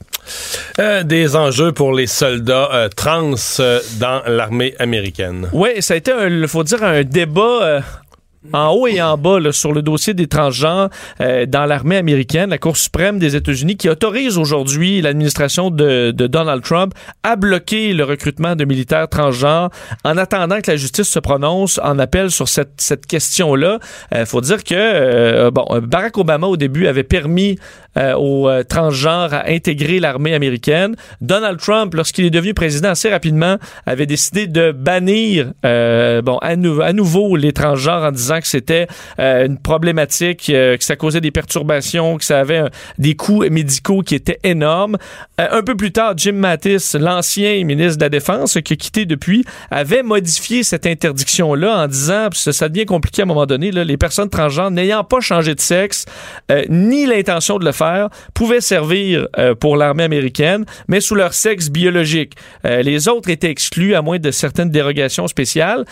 Des enjeux pour les soldats trans dans l'armée américaine. Oui, ça a été, il faut dire, un débat... en haut et en bas là, sur le dossier des transgenres dans l'armée américaine, la Cour suprême des États-Unis qui autorise aujourd'hui l'administration de Donald Trump à bloquer le recrutement de militaires transgenres en attendant que la justice se prononce en appel sur cette question-là. Faut dire que Barack Obama au début avait permis aux transgenres à intégrer l'armée américaine. Donald Trump, lorsqu'il est devenu président assez rapidement, avait décidé de bannir à nouveau les transgenres en disant que c'était une problématique, que ça causait des perturbations, que ça avait des coûts médicaux qui étaient énormes. Un peu plus tard, Jim Mattis, l'ancien ministre de la Défense, qui a quitté depuis, avait modifié cette interdiction-là en disant, ça devient compliqué à un moment donné, là, les personnes transgenres n'ayant pas changé de sexe, ni l'intention de le faire, pouvaient servir pour l'armée américaine, mais sous leur sexe biologique. Les autres étaient exclus à moins de certaines dérogations spéciales.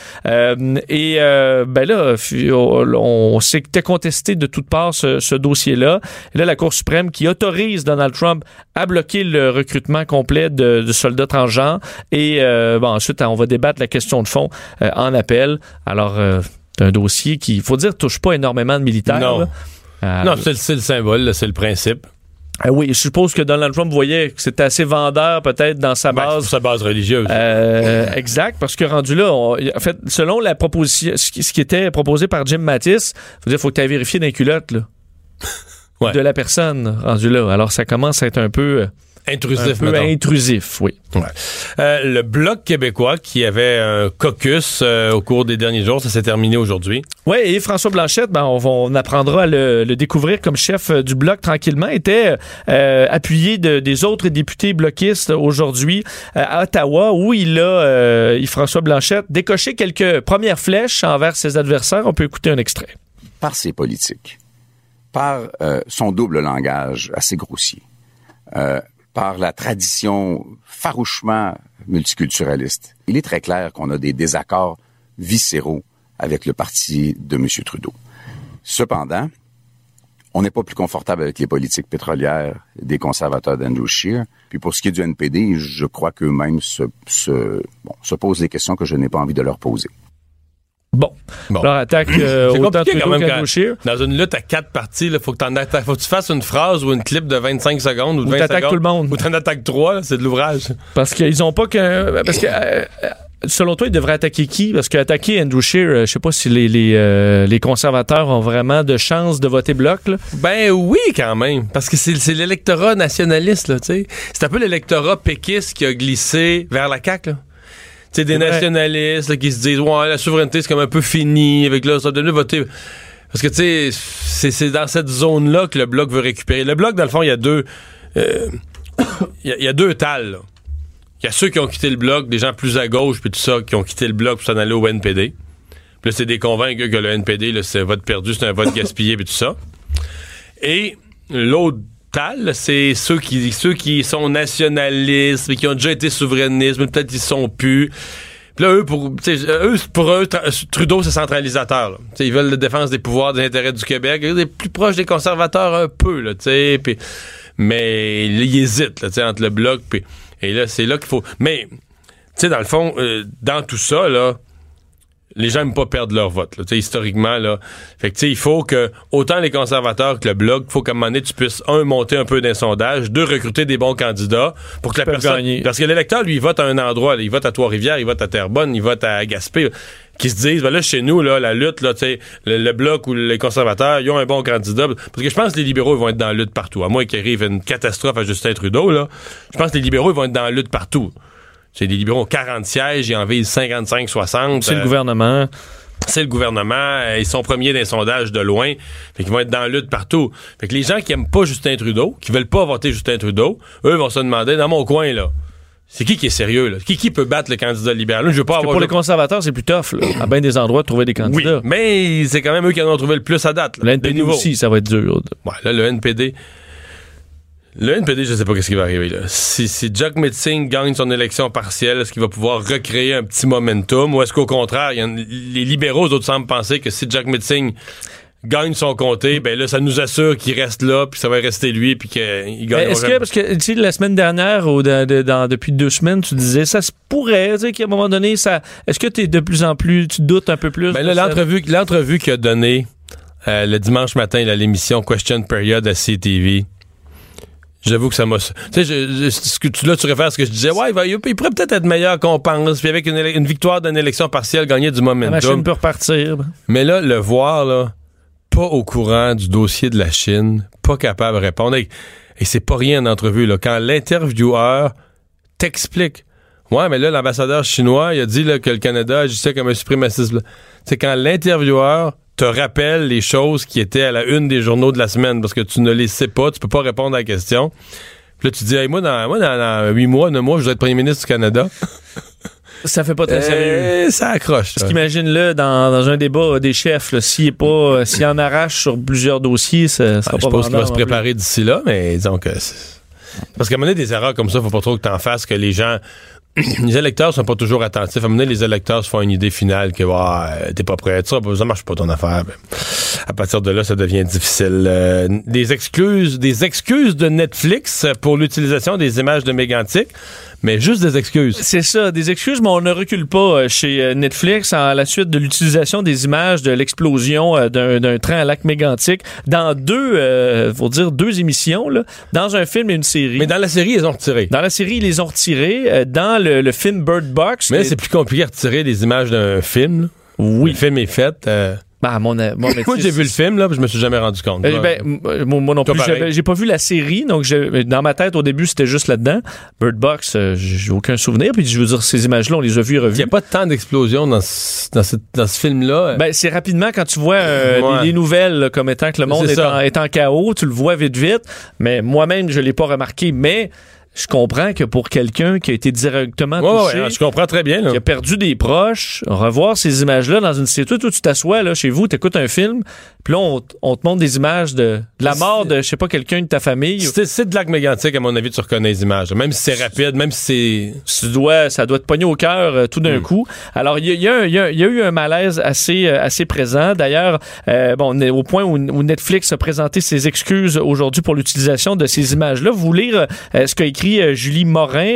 On s'était contesté de toutes parts ce dossier-là. Et là, la Cour suprême qui autorise Donald Trump à bloquer le recrutement complet de soldats transgenres. Et ensuite, on va débattre la question de fond en appel. Alors, c'est un dossier qui, il faut dire, touche pas énormément de militaires. Non, non, c'est le symbole, là, c'est le principe. Oui, je suppose que Donald Trump voyait que c'était assez vendeur peut-être dans sa base. Sa base religieuse. Exact, parce que rendu là, en fait, selon la proposition, ce qui était proposé par Jim Mattis, il faut que tu aies vérifié dans les culottes là, ouais, de la personne rendu là. Alors ça commence à être un peu... intrusif, oui. Ouais. Le Bloc québécois qui avait un caucus au cours des derniers jours, ça s'est terminé aujourd'hui. Oui, et François Blanchette, on apprendra à le découvrir comme chef du Bloc tranquillement, était appuyé des autres députés bloquistes aujourd'hui à Ottawa, où François Blanchette, décoché quelques premières flèches envers ses adversaires. On peut écouter un extrait. Par ses politiques, par son double langage assez grossier, par la tradition farouchement multiculturaliste. Il est très clair qu'on a des désaccords viscéraux avec le parti de M. Trudeau. Cependant, on n'est pas plus confortable avec les politiques pétrolières des conservateurs d'Andrew Scheer. Puis pour ce qui est du NPD, je crois qu'eux-mêmes se posent des questions que je n'ai pas envie de leur poser. Bon. Leur attaque autant Trudeau qu'Andrew Scheer. Dans une lutte à 4 parties, il faut que tu fasses une phrase ou une clip de 25 secondes ou de 20 secondes. Ou t'attaques tout le monde. Ou t'en attaques 3, là, c'est de l'ouvrage. Parce qu'ils ont pas que... Parce que... selon toi, ils devraient attaquer qui? Parce qu'attaquer Andrew Scheer, je sais pas si les conservateurs ont vraiment de chance de voter Bloc, là. Ben oui, quand même. Parce que c'est l'électorat nationaliste, là, tu sais. C'est un peu l'électorat péquiste qui a glissé vers la CAQ, là. Tu sais, des nationalistes là, qui se disent ouais, la souveraineté c'est comme un peu fini avec là, ça donne voter. Parce que tu sais, c'est dans cette zone-là que le Bloc veut récupérer. Le Bloc, dans le fond, il y a deux tales. Il y a ceux qui ont quitté le Bloc, des gens plus à gauche puis tout ça, qui ont quitté le Bloc pour s'en aller au NPD. Puis là, c'est des convaincus que le NPD, là, c'est un vote perdu, c'est un vote gaspillé puis tout ça. Et l'autre tal, c'est ceux qui sont nationalistes, mais qui ont déjà été souverainistes, mais peut-être ils sont plus. Puis là, pour eux, Trudeau, c'est centralisateur. Ils veulent la défense des pouvoirs, des intérêts du Québec. Ils sont plus proches des conservateurs un peu, là, mais ils hésitent là, entre le Bloc. Et là, c'est là qu'il faut... Mais, tu sais, dans le fond, dans tout ça, là, les gens n'aiment pas perdre leur vote, là, historiquement, là. Fait que, tu sais, il faut que, autant les conservateurs que le Bloc, il faut qu'à un moment donné, tu puisses, monter un peu d'un sondage, recruter des bons candidats pour que la personne... Gagner. Parce que l'électeur, lui, il vote à un endroit, là, il vote à Trois-Rivières, il vote à Terrebonne, il vote à Gaspé, là, qui se disent, ben là, chez nous, là, la lutte, là, tu sais, le Bloc ou les conservateurs, ils ont un bon candidat. Parce que je pense que les libéraux, ils vont être dans la lutte partout. À moins qu'il arrive une catastrophe à Justin Trudeau, là. Je pense que les libéraux, ils vont être dans la lutte partout. C'est des libéraux ont 40 sièges, ils en visent 55-60. C'est le gouvernement. C'est le gouvernement. Ils sont premiers dans les sondages de loin. Fait qu'ils vont être dans la lutte partout. Fait que les gens qui aiment pas Justin Trudeau, qui veulent pas voter Justin Trudeau, eux vont se demander, dans mon coin, là, c'est qui est sérieux, là? Qui peut battre le candidat libéral? Là, je veux pas avoir pour les conservateurs, c'est plus tough, là, à bien des endroits, de trouver des candidats. Oui, mais c'est quand même eux qui en ont trouvé le plus à date. Là, le NPD aussi, ça va être dur. Ouais, là, le NPD... Le NPD, je sais pas qu'est-ce qui va arriver là. Si Jack Metzing gagne son élection partielle, est-ce qu'il va pouvoir recréer un petit momentum ou est-ce qu'au contraire, les libéraux, d'autres semblent penser que si Jack Metzing gagne son comté, ben là, ça nous assure qu'il reste là, puis ça va rester lui, puis qu'il gagne. Parce que tu sais, la semaine dernière ou depuis 2 semaines, tu disais ça se pourrait, tu sais, qu'à un moment donné, ça. Est-ce que t'es de plus en plus, tu doutes un peu plus? Ben là, l'entrevue qu'il a donnée le dimanche matin, là, l'émission Question Period à CTV. J'avoue que ça m'a... Tu sais, là, tu réfères à ce que je disais. Ouais, il pourrait peut-être être meilleur qu'on pense. Puis avec une victoire d'une élection partielle, gagner du momentum. La Chine peut repartir. Mais là, le voir, là, pas au courant du dossier de la Chine, pas capable de répondre. Et c'est pas rien en entrevue, là. Quand l'intervieweur t'explique. Ouais, mais là, l'ambassadeur chinois, il a dit là, que le Canada agissait comme un suprémaciste. C'est quand l'intervieweur te rappelle les choses qui étaient à la une des journaux de la semaine parce que tu ne les sais pas, tu peux pas répondre à la question. Puis là, tu dis, hey, moi, dans 8 mois, 9 mois, je vais être premier ministre du Canada. Ça fait pas très sérieux. Ça accroche. Parce qu'imagine-là, dans un débat des chefs, là, s'il en arrache sur plusieurs dossiers, ça sera pas vendeur. Je suppose qu'il va se préparer d'ici là, mais disons que... Parce qu'à un moment donné, des erreurs comme ça, faut pas trop que t'en fasses, que les gens... Les électeurs sont pas toujours attentifs. À un moment donné, les électeurs se font une idée finale que t'es pas prêt, ça marche pas ton affaire. Ben, à partir de là, ça devient difficile. Des excuses de Netflix pour l'utilisation des images de mégantic, mais juste des excuses. C'est ça, des excuses, mais on ne recule pas chez Netflix à la suite de l'utilisation des images de l'explosion d'un train à lac mégantic dans deux émissions, là, dans un film et une série. Mais dans la série, ils les ont retirés. Dans la série, ils les ont retirés. Dans le film Bird Box... Mais là, c'est plus compliqué à retirer des images d'un film. Là. Oui. Le film est fait... Moi, j'ai vu le film, là, puis je me suis jamais rendu compte. Moi non plus, j'ai pas vu la série, donc dans ma tête, au début, c'était juste là-dedans. Bird Box, j'ai aucun souvenir, puis je veux dire, ces images-là, on les a vues et revues. Il n'y a pas tant d'explosions dans ce film-là. C'est rapidement, quand tu vois les nouvelles, là, comme étant que le monde est en chaos, tu le vois vite, mais moi-même, je l'ai pas remarqué, mais... Je comprends que pour quelqu'un qui a été directement touché, je comprends très bien, là. Qui a perdu des proches, revoir ces images-là dans une série, toi, tu t'assois là chez vous, t'écoutes un film, puis là on te montre des images de la mort de, je sais pas, quelqu'un de ta famille. C'est de lac mégantic, à mon avis, tu reconnais les images, même si c'est rapide, même si c'est... Ça doit te pogner au cœur tout d'un coup. Alors il y a eu un malaise assez présent. D'ailleurs, on est au point où Netflix a présenté ses excuses aujourd'hui pour l'utilisation de ces images-là. Vous lire ce qu'a écrit Julie Morin,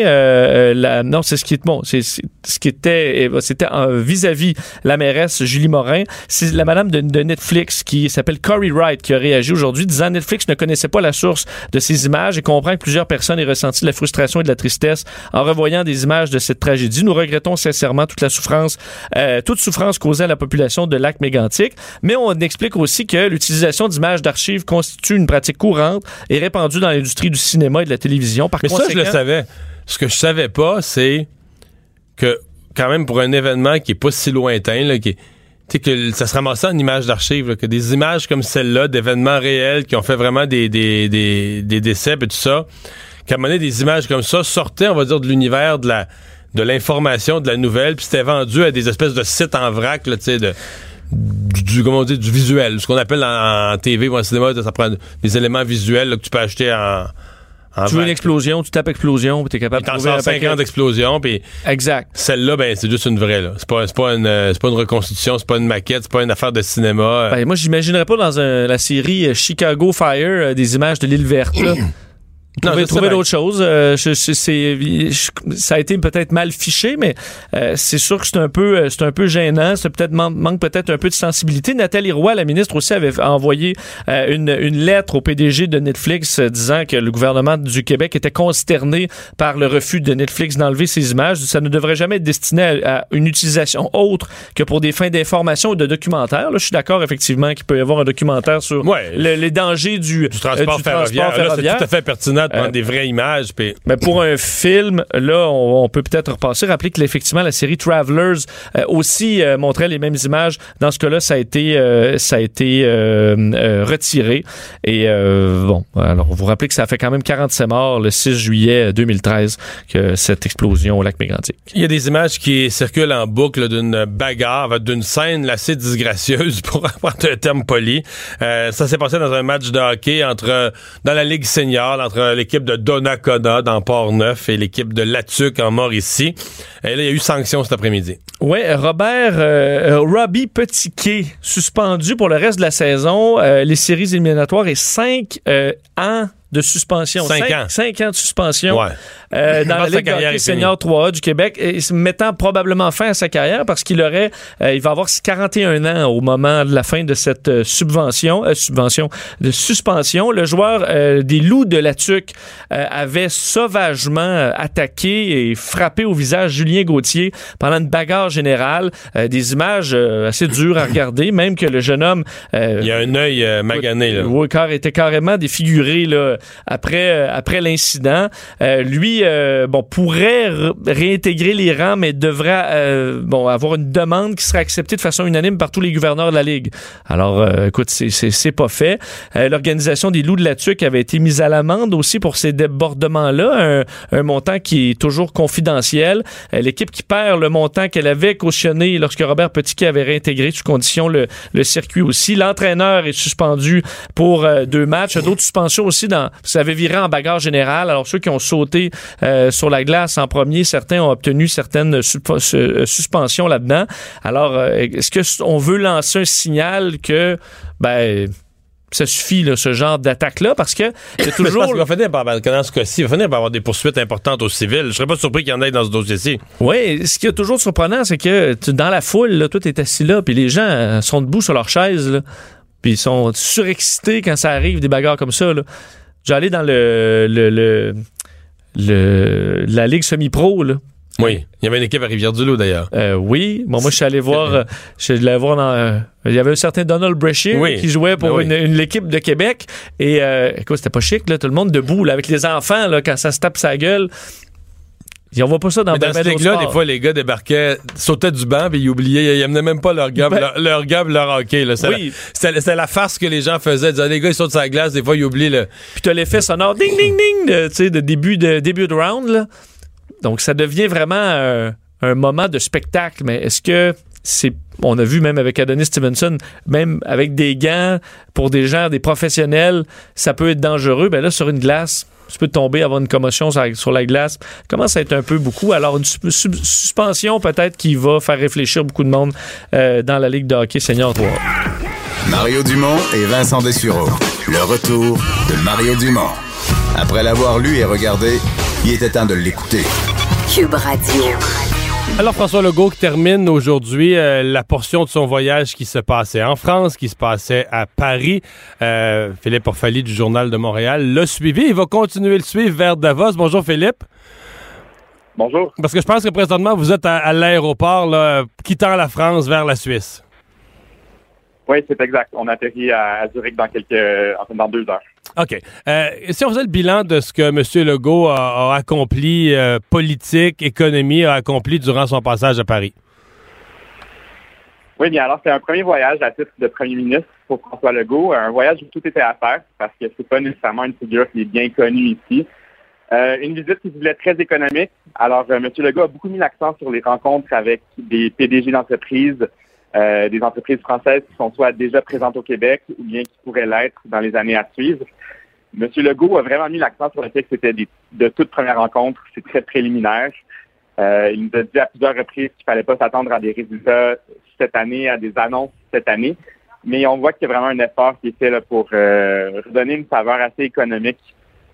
c'était vis-à-vis la mairesse Julie Morin, c'est la madame de Netflix qui s'appelle Corey Wright qui a réagi aujourd'hui disant Netflix ne connaissait pas la source de ces images et comprend que plusieurs personnes aient ressenti de la frustration et de la tristesse en revoyant des images de cette tragédie. Nous regrettons sincèrement toute souffrance causée à la population de lac mégantic, mais on explique aussi que l'utilisation d'images d'archives constitue une pratique courante et répandue dans l'industrie du cinéma et de la télévision. Par conséquent, je le savais. Ce que je savais pas, c'est que quand même pour un événement qui est pas si lointain, là, que ça se ramassait en images d'archives, là, que des images comme celle-là, d'événements réels qui ont fait vraiment des décès et tout ça, qu'à un moment donné, des images comme ça sortaient, on va dire, de l'univers de l'information, de la nouvelle, puis c'était vendu à des espèces de sites en vrac, là, tu sais, du visuel, ce qu'on appelle en TV ou en cinéma, ça prend des éléments visuels là, que tu peux acheter tu veux une explosion, tu tapes explosion, puis t'es capable de trouver 50 explosions, puis exact. Celle-là, c'est juste une vraie, là. C'est pas une reconstitution, c'est pas une maquette, c'est pas une affaire de cinéma. Moi, j'imaginerais pas dans la série Chicago Fire des images de l'île verte, là. Trouver d'autres choses. Ça a été peut-être mal fiché, mais c'est sûr que c'est un peu gênant. C'est peut-être manque peut-être un peu de sensibilité. Nathalie Roy, la ministre aussi, avait envoyé une lettre au PDG de Netflix disant que le gouvernement du Québec était consterné par le refus de Netflix d'enlever ces images. Ça ne devrait jamais être destiné à une utilisation autre que pour des fins d'information ou de documentaire. Là, je suis d'accord effectivement qu'il peut y avoir un documentaire sur les dangers du transport ferroviaire. Là, c'est tout à fait pertinent de prendre des vraies images. Mais pour un film, là, on peut peut-être repasser. Rappeler que effectivement la série Travelers aussi montrait les mêmes images. Dans ce cas-là, ça a été retiré. Et alors vous rappelez que ça a fait quand même 47 morts le 6 juillet 2013 que cette explosion au lac Mégantic. Il y a des images qui circulent en boucle d'une bagarre, d'une scène assez disgracieuse pour prendre un terme poli. Ça s'est passé dans un match de hockey dans la Ligue senior entre l'équipe de Donnacona dans Port-Neuf et l'équipe de Latuc en Mauricie. Et là, il y a eu sanction cet après-midi. Oui, Robbie Petitquet, suspendu pour le reste de la saison, les séries éliminatoires et 5 ans de suspension. 5 ans de suspension dans la Ligue de hockey senior 3A du Québec, et mettant probablement fin à sa carrière parce qu'il va avoir 41 ans au moment de la fin de cette suspension. Le joueur des Loups de Latuc avait sauvagement attaqué et frappé au visage Julien Gauthier pendant une bagarre générale. Des images assez dures à regarder, même que le jeune homme... il y a un œil magané. Là. Oui, était carrément défiguré là, après l'incident. Lui, pourrait réintégrer les rangs, mais devrait avoir une demande qui serait acceptée de façon unanime par tous les gouverneurs de la Ligue. Alors, écoute, c'est pas fait. L'organisation des Loups de Latuc avait été mise à l'amende aussi pour ces débordements-là, un montant qui est toujours confidentiel. L'équipe qui perd le montant qu'elle avait cautionné lorsque Robert Petitquet avait réintégré sous condition le circuit aussi. L'entraîneur est suspendu pour 2 matchs. D'autres suspensions aussi ça avait viré en bagarre générale. Alors, ceux qui ont sauté sur la glace en premier, certains ont obtenu certaines suspensions là-dedans. Alors, est-ce qu'on veut lancer un signal que, ça suffit, là, ce genre d'attaque-là, parce que il y a toujours... dans ce cas-ci, il va finir par avoir des poursuites importantes aux civils. Je serais pas surpris qu'il y en ait dans ce dossier-ci. Oui, ce qui est toujours surprenant, c'est que dans la foule, là, toi, t'es assis là, puis les gens sont debout sur leur chaise, là, puis ils sont surexcités quand ça arrive, des bagarres comme ça, là. J'allais dans la Ligue semi-pro, là. Oui, il y avait une équipe à Rivière-du-Loup, d'ailleurs. Oui, moi, je suis allé voir... il y avait un certain Donald Brashear qui jouait pour l'équipe de Québec. Et écoute, c'était pas chic, là, tout le monde debout, là, avec les enfants, là, quand ça se tape sa gueule. On voit pas ça dans cette ligue-là, des fois, les gars débarquaient, sautaient du banc, puis ils oubliaient, ils amenaient même pas leur gamme, leur hockey. Là. C'était la farce que les gens faisaient. Ils disaient, les gars, ils sautent sur la glace, des fois, ils oublient. Puis t'as l'effet sonore, ding, ding, ding, de début de round. Là. Donc, ça devient vraiment un moment de spectacle. Mais est-ce que on a vu même avec Adonis Stevenson, même avec des gants pour des gens, des professionnels, ça peut être dangereux. Ben là, sur une glace, tu peux tomber, avoir une commotion sur la glace. Commence à être un peu beaucoup. Alors, une suspension peut-être qui va faire réfléchir beaucoup de monde dans la Ligue de hockey senior 3. Mario Dumont et Vincent Dessureau. Le retour de Mario Dumont. Après l'avoir lu et regardé, il était temps de l'écouter. Cube Radio. Alors, François Legault qui termine aujourd'hui la portion de son voyage qui se passait en France, qui se passait à Paris. Philippe Orphaly du Journal de Montréal l'a suivi. Il va continuer de le suivre vers Davos. Bonjour, Philippe. Bonjour. Parce que je pense que présentement, vous êtes à l'aéroport, là, quittant la France vers la Suisse. Oui, c'est exact. On atterrit à Zurich dans 2 heures. OK. Si on faisait le bilan de ce que M. Legault a accompli, politique, économie, a accompli durant son passage à Paris. Oui, bien alors, c'est un premier voyage à titre de premier ministre pour François Legault. Un voyage où tout était à faire, parce que c'est pas nécessairement une figure qui est bien connue ici. Une visite qui se voulait très économique. Alors, M. Legault a beaucoup mis l'accent sur les rencontres avec des PDG d'entreprises, des entreprises françaises qui sont soit déjà présentes au Québec ou bien qui pourraient l'être dans les années à suivre. M. Legault a vraiment mis l'accent sur le fait que c'était de toute première rencontre, c'est très préliminaire. Il nous a dit à plusieurs reprises qu'il ne fallait pas s'attendre à des résultats cette année, à des annonces cette année. Mais on voit qu'il y a vraiment un effort qui est fait là, pour redonner une saveur assez économique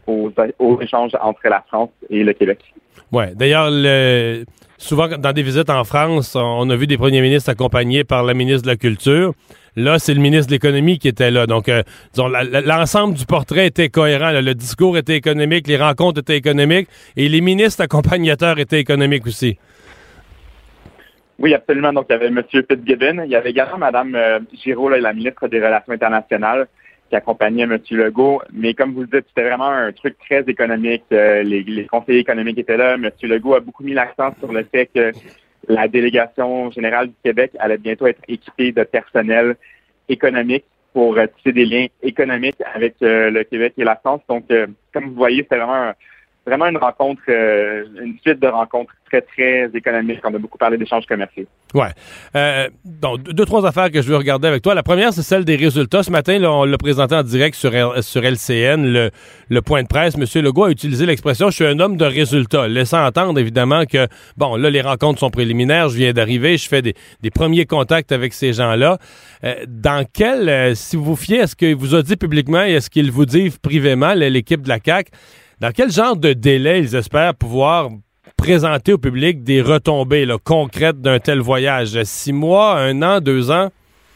aux échanges entre la France et le Québec. Oui. D'ailleurs, souvent, dans des visites en France, on a vu des premiers ministres accompagnés par la ministre de la Culture. Là, c'est le ministre de l'Économie qui était là. Donc, disons, l'ensemble du portrait était cohérent. Là. Le discours était économique, les rencontres étaient économiques et les ministres accompagnateurs étaient économiques aussi. Oui, absolument. Donc, il y avait M. Fitzgibbon. Il y avait également Mme Giraud, la ministre des Relations internationales, qui accompagnait M. Legault. Mais comme vous le dites, c'était vraiment un truc très économique. Les conseillers économiques étaient là. M. Legault a beaucoup mis l'accent sur le fait que la délégation générale du Québec allait bientôt être équipée de personnel économique pour tisser des liens économiques avec le Québec et la France. Donc, comme vous voyez, c'était vraiment une rencontre, une suite de rencontres très, très économiques. On a beaucoup parlé d'échanges commerciaux. Ouais. Donc, 2-3 affaires que je veux regarder avec toi. La première, c'est celle des résultats. Ce matin, là, on l'a présenté en direct sur LCN, le point de presse. M. Legault a utilisé l'expression « je suis un homme de résultats », laissant entendre, évidemment, que, bon, là, les rencontres sont préliminaires, je viens d'arriver, je fais des premiers contacts avec ces gens-là. Dans quel, si vous vous fiez, est-ce qu'il vous a dit publiquement et est-ce qu'il vous dit privément, l'équipe de la CAQ, dans quel genre de délai ils espèrent pouvoir présenter au public des retombées là, concrètes d'un tel voyage? 6 mois, 1 an, 2 ans?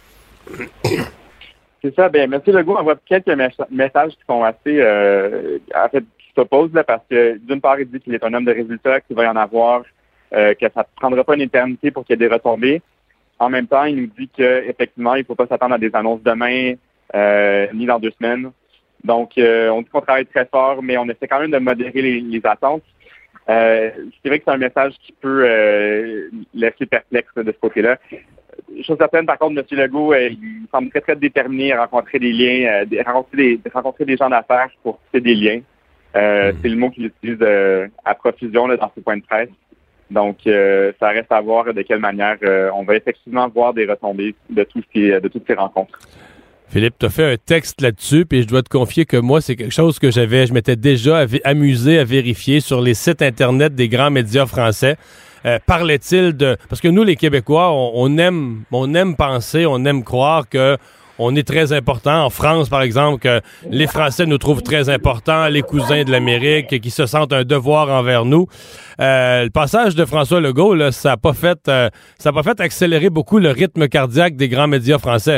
C'est ça. Bien, M. Legault envoie quelques messages qui sont assez... en fait, qui s'opposent, là, parce que, d'une part, il dit qu'il est un homme de résultats, qu'il va y en avoir, que ça ne prendra pas une éternité pour qu'il y ait des retombées. En même temps, il nous dit qu'effectivement, il ne faut pas s'attendre à des annonces demain, ni dans 2 semaines. Donc, on dit qu'on travaille très fort, mais on essaie quand même de modérer les attentes. C'est vrai que c'est un message qui peut laisser perplexe de ce côté-là. Chose certaine, par contre, M. Legault, il semble très, très déterminé à rencontrer des liens, rencontrer des gens d'affaires pour tisser des liens. C'est le mot qu'il utilise à profusion là, dans ses points de presse. Donc, ça reste à voir de quelle manière on va effectivement voir des retombées de toutes ces rencontres. Philippe, tu as fait un texte là-dessus, puis je dois te confier que moi, c'est quelque chose que je m'étais déjà amusé à vérifier sur les sites Internet des grands médias français. Parlait-il de... Parce que nous, les Québécois, on aime penser, on aime croire que on est très important. En France, par exemple, que les Français nous trouvent très importants, les cousins de l'Amérique, qui se sentent un devoir envers nous. Le passage de François Legault, là, ça n'a pas fait accélérer beaucoup le rythme cardiaque des grands médias français.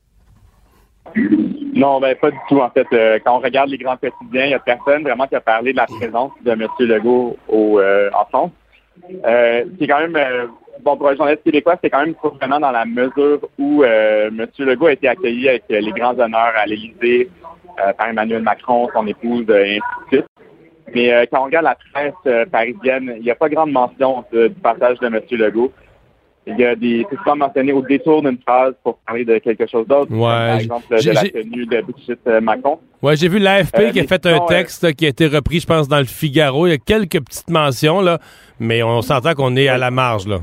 Non, ben pas du tout. En fait, quand on regarde les grands quotidiens, il n'y a personne vraiment qui a parlé de la présence de M. Legault en France. C'est quand même, pour un journaliste québécois, c'est quand même surprenant dans la mesure où M. Legault a été accueilli avec les grands honneurs à l'Élysée par Emmanuel Macron, son épouse, et ainsi de suite. Mais quand on regarde la presse parisienne, il n'y a pas grande mention du passage de M. Legault. Il y a c'est souvent mentionné au détour d'une phrase pour parler de quelque chose d'autre. Ouais, par exemple, de la tenue de Brigitte Macron. Ouais, j'ai vu l'AFP qui a fait un texte qui a été repris, je pense, dans le Figaro. Il y a quelques petites mentions, là, mais on s'entend qu'on est à la marge, là.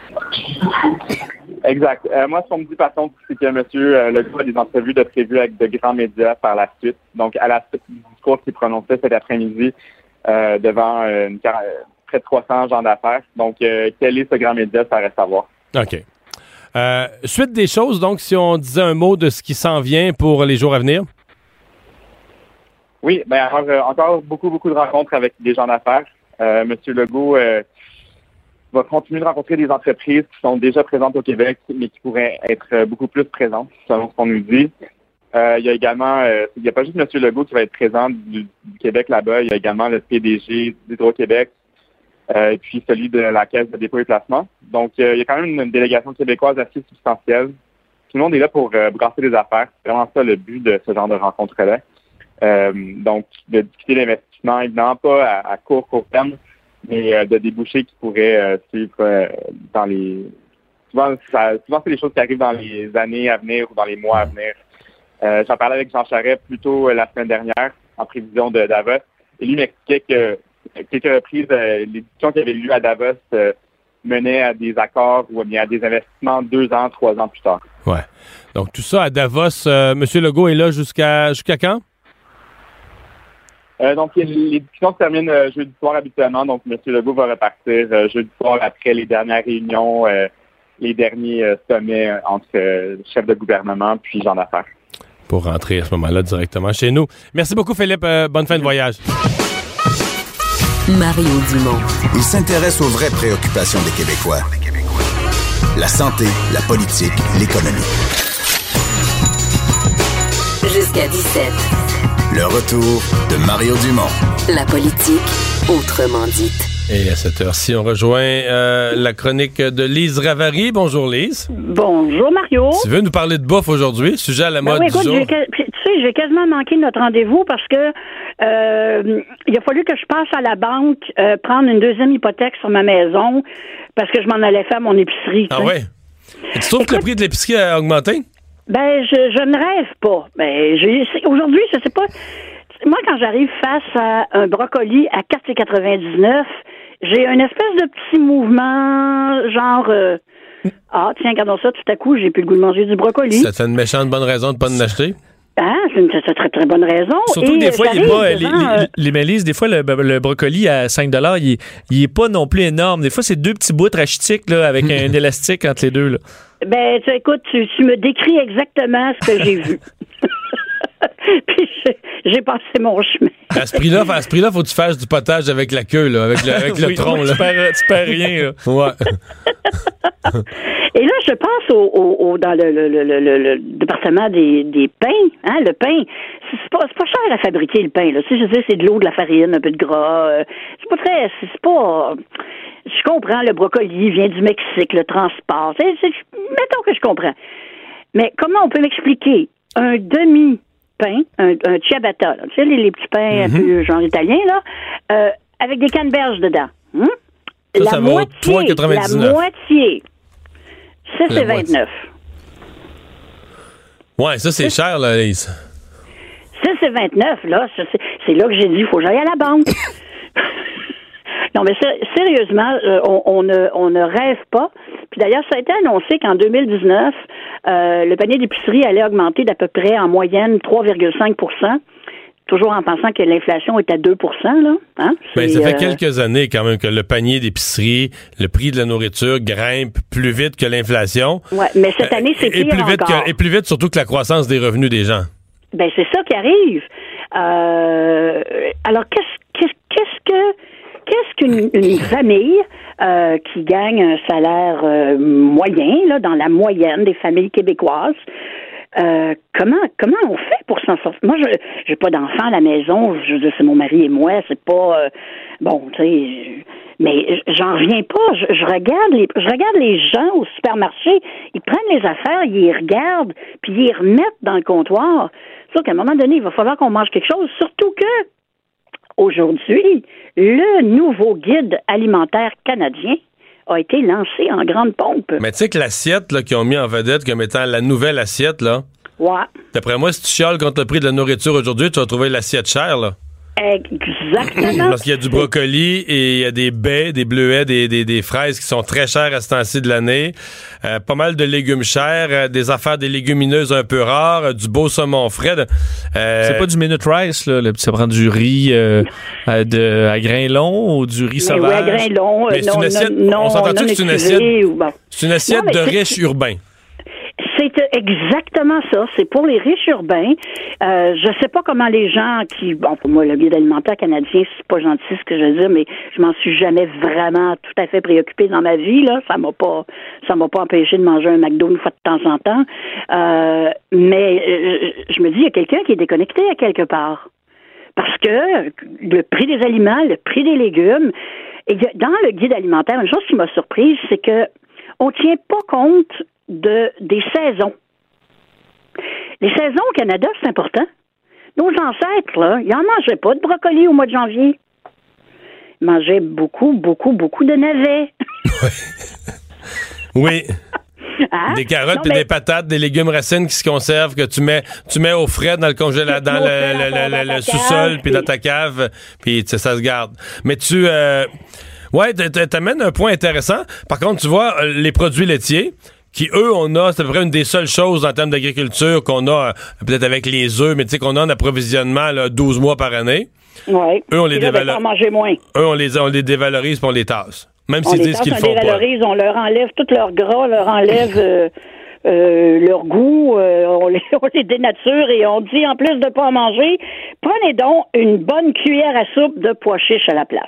Exact. Moi, ce qu'on me dit, par contre, c'est que M. Legault a des entrevues de prévues avec de grands médias par la suite. Donc, à la suite du discours qu'il prononçait cet après-midi devant près de 300 gens d'affaires. Donc, quel est ce grand média, ça reste à voir. OK. Suite des choses, donc, si on disait un mot de ce qui s'en vient pour les jours à venir? Oui, bien, encore beaucoup de rencontres avec des gens d'affaires. M. Legault va continuer de rencontrer des entreprises qui sont déjà présentes au Québec, mais qui pourraient être beaucoup plus présentes, selon ce qu'on nous dit. Il y a également, il n'y a pas juste M. Legault qui va être présent du Québec là-bas, il y a également le PDG d'Hydro-Québec, et puis celui de la Caisse de dépôt et placement. Donc, il y a quand même une délégation québécoise assez substantielle. Tout le monde est là pour brasser des affaires. C'est vraiment ça le but de ce genre de rencontre-là. Donc, de discuter d'investissement, évidemment pas à court terme, mais de débouchés qui pourraient suivre dans les... Souvent, c'est des choses qui arrivent dans les années à venir ou dans les mois à venir. J'en parlais avec Jean Charest plus tôt la semaine dernière, en prévision de Davos, et lui m'expliquait que quelques reprises, les discussions qu'il avait eues à Davos menaient à des accords ou à des investissements 2 ans, 3 ans plus tard. Ouais. Donc, tout ça à Davos, M. Legault est là jusqu'à quand? Donc, les discussions se terminent jeudi soir habituellement. Donc, M. Legault va repartir jeudi soir après les dernières réunions, les derniers sommets entre chefs de gouvernement puis gens d'affaires. pour rentrer à ce moment-là directement chez nous. Merci beaucoup, Philippe. Bonne fin de voyage. Mario Dumont. Il s'intéresse aux vraies préoccupations des Québécois. La santé, la politique, l'économie. Jusqu'à 17. Le retour de Mario Dumont. La politique, autrement dite. Et à cette heure-ci, on rejoint la chronique de Lise Ravary. Bonjour, Lise. Bonjour, Mario. Tu veux nous parler de bouffe aujourd'hui? Sujet à la mode du jour. J'ai quasiment manqué notre rendez-vous parce que il a fallu que je passe à la banque prendre une deuxième hypothèque sur ma maison parce que je m'en allais faire mon épicerie. Ah ouais? Et tu trouves que le prix de l'épicerie a augmenté? Ben, je ne rêve pas. Ben, aujourd'hui, je sais pas. Moi, quand j'arrive face à un brocoli à 4,99, j'ai une espèce de petit mouvement, genre... ah, tiens, regardons ça, tout à coup, j'ai plus le goût de manger du brocoli. Ça te fait une méchante bonne raison de pas en acheter? Ah, c'est une très, très bonne raison. Surtout que des fois, il est pas... Les Mélises, des fois, le brocoli à 5 $, il est pas non plus énorme. Des fois, c'est deux petits bouts rachitiques là, avec un élastique entre les deux. Là. Ben, écoute, tu me décris exactement ce que j'ai vu. Puis j'ai passé mon chemin. À ce prix-là, faut que tu fasses du potage avec la queue, là, avec le tronc. Oui, là. Tu perds rien. Là. Ouais. Et là, je pense dans le département des pains. Hein, le pain, c'est pas cher à fabriquer, le pain. Là. Tu sais, je sais, c'est de l'eau, de la farine, un peu de gras. C'est pas... Je comprends, le brocoli vient du Mexique, le transport. Mettons que je comprends. Mais comment on peut m'expliquer un demi-pain, un ciabatta, là, tu sais, les petits pains un peu genre italiens, là, avec des canneberges dedans. Ça vaut 3,99. La moitié, 6,29. Ouais, ça, c'est cher, là, Lise. 6,29, là, c'est là que j'ai dit, il faut que j'aille à la banque. Non, mais sérieusement, on ne rêve pas. Puis d'ailleurs, ça a été annoncé qu'en 2019, le panier d'épicerie allait augmenter d'à peu près en moyenne 3,5%. Toujours en pensant que l'inflation est à 2%, là. Hein? Ben, ça fait quelques années quand même que le panier d'épicerie, le prix de la nourriture grimpe plus vite que l'inflation. Ouais, mais cette année, c'est pire encore. Et plus vite surtout que la croissance des revenus des gens. Ben, c'est ça qui arrive. Alors, qu'est-ce qu'une famille qui gagne un salaire moyen, là, dans la moyenne des familles québécoises? Comment on fait pour s'en sortir? Moi, j'ai pas d'enfants à la maison. Je veux dire, c'est mon mari et moi. C'est pas bon, tu sais. Mais j'en reviens pas. Je regarde les gens au supermarché. Ils prennent les affaires, ils les regardent, puis ils les remettent dans le comptoir. C'est sûr qu'à un moment donné, il va falloir qu'on mange quelque chose. Surtout que aujourd'hui, le nouveau guide alimentaire canadien a été lancé en grande pompe. Mais tu sais que l'assiette là, qu'ils ont mis en vedette comme étant la nouvelle assiette, là. Ouais. D'après moi, si tu chiales contre le prix de la nourriture aujourd'hui, tu vas trouver l'assiette chère, là. Exactement. Parce qu'il y a du brocoli et il y a des baies, des bleuets, des fraises qui sont très chères à ce temps-ci de l'année. Pas mal de légumes chers, des affaires des légumineuses un peu rares, du beau saumon frais. C'est pas du minute rice, là. Ça prend du riz à grains longs ou du riz sauvage? Oui, à grains longs. Mais c'est une assiette, on s'entend-tu que c'est une assiette, c'est une assiette de riches urbains? C'est exactement ça. C'est pour les riches urbains. Je sais pas comment les gens qui... Bon, pour moi, le guide alimentaire canadien, c'est pas gentil ce que je veux dire, mais je m'en suis jamais vraiment tout à fait préoccupée dans ma vie, là. Ça m'a pas empêché de manger un McDo une fois de temps en temps. Mais je me dis, il y a quelqu'un qui est déconnecté à quelque part. Parce que le prix des aliments, le prix des légumes... Et dans le guide alimentaire, une chose qui m'a surprise, c'est que on tient pas compte des saisons. Les saisons au Canada, c'est important. Nos ancêtres, là, ils n'en mangeaient pas de brocoli au mois de janvier. Ils mangeaient beaucoup, beaucoup, beaucoup de navets. Oui. Hein? Des carottes, puis des patates, des légumes racines qui se conservent, que tu mets au frais dans le congélateur, dans le sous-sol, puis dans ta cave, puis ça se garde. Mais ouais, t'amènes un point intéressant. Par contre, tu vois, les produits laitiers, qui, eux, c'est à peu près une des seules choses en termes d'agriculture qu'on a, peut-être avec les œufs, mais tu sais, qu'on a en approvisionnement, là, 12 mois par année. Oui. Eux, on les dévalorise. manger moins. Eux, on les dévalorise puis on les tasse. Même s'ils disent qu'ils le font pas. On les dévalorise, on leur enlève tout leur gras, on leur enlève leur goût, on les dénature et on dit en plus de pas en manger, prenez donc une bonne cuillère à soupe de pois chiches à la place.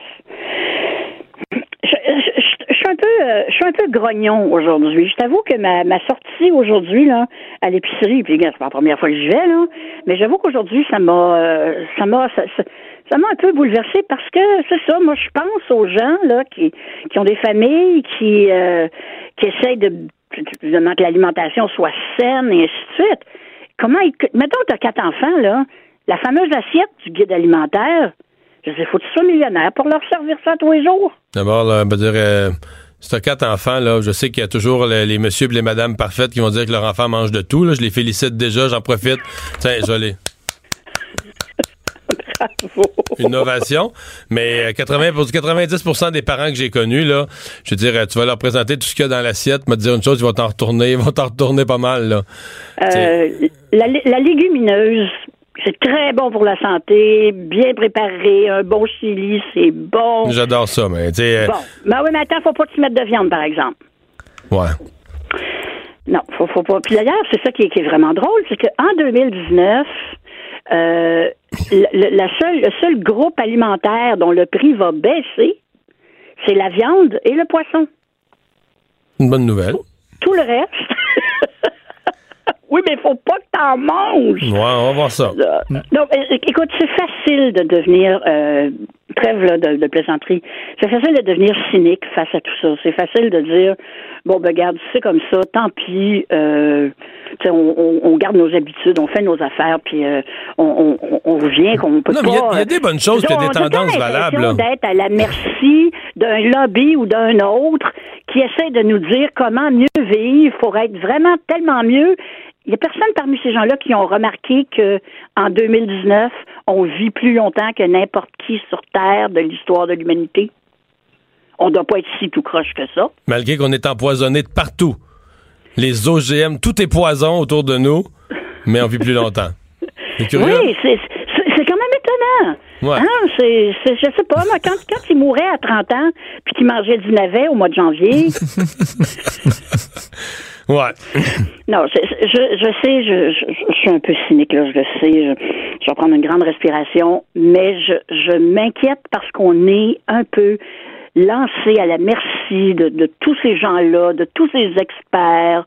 Je suis un peu grognon aujourd'hui. Je t'avoue que ma sortie aujourd'hui là à l'épicerie, puis c'est pas la première fois que j'y vais là, mais j'avoue qu'aujourd'hui ça m'a un peu bouleversée parce que c'est ça. Moi, je pense aux gens là qui ont des familles qui essayent évidemment que l'alimentation soit saine et ainsi de suite. Mettons que tu as 4 enfants là, la fameuse assiette du guide alimentaire. Je sais, faut que tu sois millionnaire pour leur servir ça tous les jours. D'abord, là, si t'as 4 enfants, là, je sais qu'il y a toujours les messieurs et les madames parfaites qui vont dire que leur enfant mange de tout. Là. Je les félicite déjà, j'en profite. Tiens, Bravo. Une ovation. Mais 90% des parents que j'ai connus, là, je veux dire, tu vas leur présenter tout ce qu'il y a dans l'assiette, me dire une chose, ils vont t'en retourner pas mal. Là. La légumineuse, c'est très bon pour la santé, bien préparé, un bon chili, c'est bon. J'adore ça, mais tu sais... Bon, oui, mais attends, faut pas que tu mettes de viande, par exemple. Ouais. Non, faut pas. Puis d'ailleurs, c'est ça qui est vraiment drôle, c'est qu'en 2019, le seul groupe alimentaire dont le prix va baisser, c'est la viande et le poisson. Une bonne nouvelle. Tout le reste... Oui, mais il faut pas que t'en manges. Ouais, on va voir ça. Donc, écoute, c'est facile de devenir, trêve là, de plaisanterie, c'est facile de devenir cynique face à tout ça. C'est facile de dire, bon, ben regarde, c'est comme ça, tant pis, on garde nos habitudes, on fait nos affaires, puis on revient qu'on peut pas... Non, mais il y a des bonnes choses, il y a des tendances valables. On a d'être à la merci d'un lobby ou d'un autre qui essaie de nous dire comment mieux vivre pour être vraiment tellement mieux. Il n'y a personne parmi ces gens-là qui ont remarqué qu'en 2019, on vit plus longtemps que n'importe qui sur Terre de l'histoire de l'humanité. On ne doit pas être si tout croche que ça. Malgré qu'on est empoisonné de partout. Les OGM, tout est poison autour de nous, mais on vit plus longtemps. C'est curieux. Oui, c'est quand même étonnant. Ouais. Hein, je sais pas, moi, quand il mourait à 30 ans, puis qu'il mangeait du navet au mois de janvier... Ouais. Non, je sais, je suis un peu cynique, là, je le sais. Je vais prendre une grande respiration, mais je m'inquiète parce qu'on est un peu lancé à la merci de tous ces gens-là, de tous ces experts.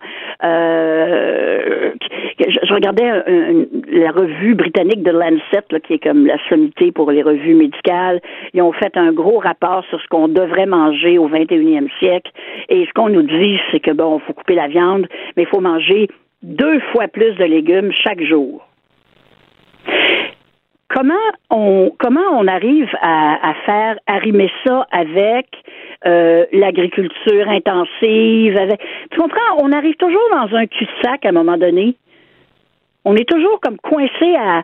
Je regardais la revue britannique de Lancet, là, qui est comme la sommité pour les revues médicales. Ils ont fait un gros rapport sur ce qu'on devrait manger au 21e siècle. Et ce qu'on nous dit, c'est que bon, faut couper la viande, mais il faut manger 2 fois plus de légumes chaque jour. Comment on arrive à faire arrimer ça avec l'agriculture intensive? Tu comprends? On arrive toujours dans un cul-de-sac à un moment donné. On est toujours comme coincé à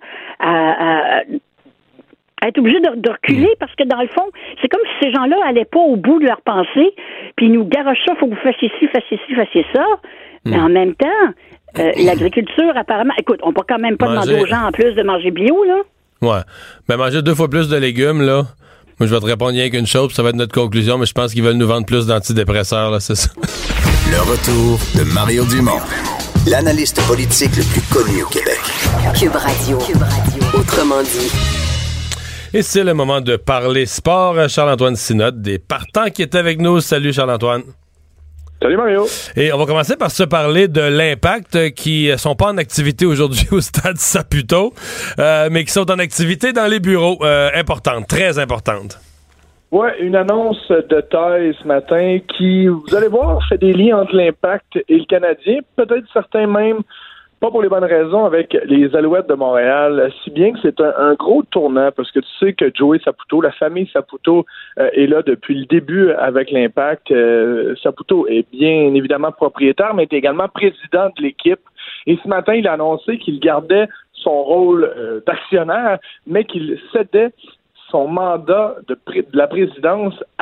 être obligé de reculer parce que dans le fond, c'est comme si ces gens-là allaient pas au bout de leur pensée, puis ils nous garochent ça, faut que vous fassiez ci, fassiez ça. Mais en même temps, l'agriculture, apparemment, écoute, on peut quand même pas demander aux gens en plus de manger bio, là. Ouais. Ben, manger 2 fois plus de légumes, là. Moi, je vais te répondre rien qu'une chose, puis ça va être notre conclusion, mais je pense qu'ils veulent nous vendre plus d'antidépresseurs, là, c'est ça. Le retour de Mario Dumont, l'analyste politique le plus connu au Québec. Cube Radio. Autrement dit. Et c'est le moment de parler sport. Charles-Antoine Sinotte, des partants qui est avec nous. Salut, Charles-Antoine. Salut Mario. Et on va commencer par se parler de l'Impact qui sont pas en activité aujourd'hui au stade Saputo, mais qui sont en activité dans les bureaux. Importante, très importante. Ouais, une annonce de taille ce matin qui, vous allez voir, fait des liens entre l'Impact et le Canadien. Peut-être certains même, pas pour les bonnes raisons, avec les Alouettes de Montréal, si bien que c'est un gros tournant, parce que tu sais que Joey Saputo, la famille Saputo, est là depuis le début avec l'Impact. Saputo est bien évidemment propriétaire, mais est également président de l'équipe. Et ce matin, il a annoncé qu'il gardait son rôle d'actionnaire, mais qu'il cédait son mandat de la présidence à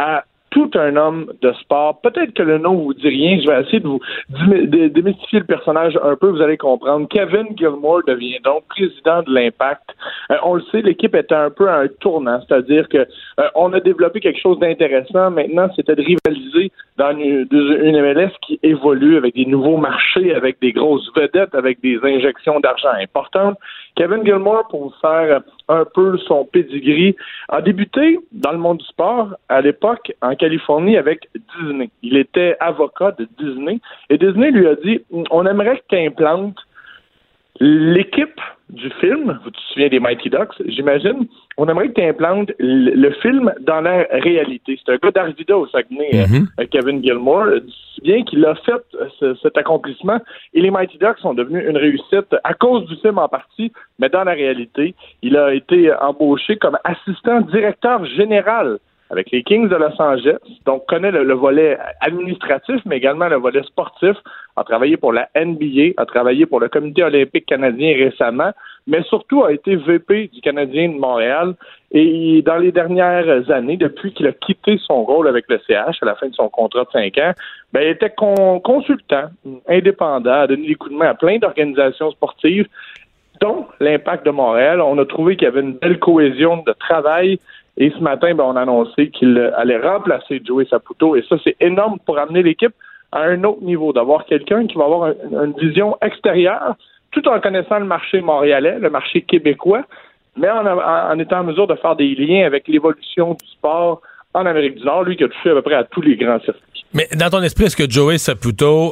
tout un homme de sport. Peut-être que le nom vous dit rien. Je vais essayer de vous démystifier le personnage un peu. Vous allez comprendre. Kevin Gilmore devient donc président de l'Impact. On le sait, l'équipe était un peu à un tournant. C'est-à-dire que on a développé quelque chose d'intéressant. Maintenant, c'était de rivaliser dans une MLS qui évolue avec des nouveaux marchés, avec des grosses vedettes, avec des injections d'argent importantes. Kevin Gilmore, pour vous faire un peu son pedigree, a débuté dans le monde du sport à l'époque en Californie avec Disney. Il était avocat de Disney et Disney lui a dit « On aimerait que tu implantes l'équipe du film, tu te souviens des Mighty Ducks, j'imagine, on aimerait que tu implantes le film dans la réalité. » C'est un gars d'Arvida au Saguenay, Kevin Gilmore, si bien qu'il a fait cet accomplissement et les Mighty Ducks sont devenus une réussite à cause du film en partie, mais dans la réalité, il a été embauché comme assistant directeur général avec les Kings de Los Angeles, donc connaît le volet administratif, mais également le volet sportif, a travaillé pour la NBA, a travaillé pour le Comité olympique canadien récemment, mais surtout a été VP du Canadien de Montréal. Et dans les dernières années, depuis qu'il a quitté son rôle avec le CH à la fin de son contrat de 5 ans, il était consultant, indépendant, a donné des coups de main à plein d'organisations sportives, dont l'Impact de Montréal. On a trouvé qu'il y avait une belle cohésion de travail. Et ce matin, on a annoncé qu'il allait remplacer Joey Saputo. Et ça, c'est énorme pour amener l'équipe à un autre niveau, d'avoir quelqu'un qui va avoir une vision extérieure, tout en connaissant le marché montréalais, le marché québécois, mais en étant en mesure de faire des liens avec l'évolution du sport en Amérique du Nord, lui qui a touché à peu près à tous les grands circuits. Mais dans ton esprit, est-ce que Joey Saputo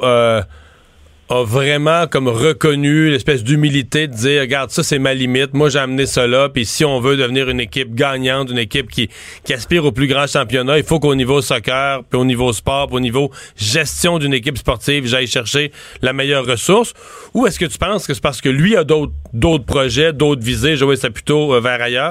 a vraiment comme reconnu l'espèce d'humilité de dire, regarde, ça c'est ma limite, moi j'ai amené ça là, puis si on veut devenir une équipe gagnante, une équipe qui aspire au plus grand championnat, il faut qu'au niveau soccer, puis au niveau sport, puis au niveau gestion d'une équipe sportive, j'aille chercher la meilleure ressource? Ou est-ce que tu penses que c'est parce que lui a d'autres projets, d'autres visées, Joey Saputo, vers ailleurs?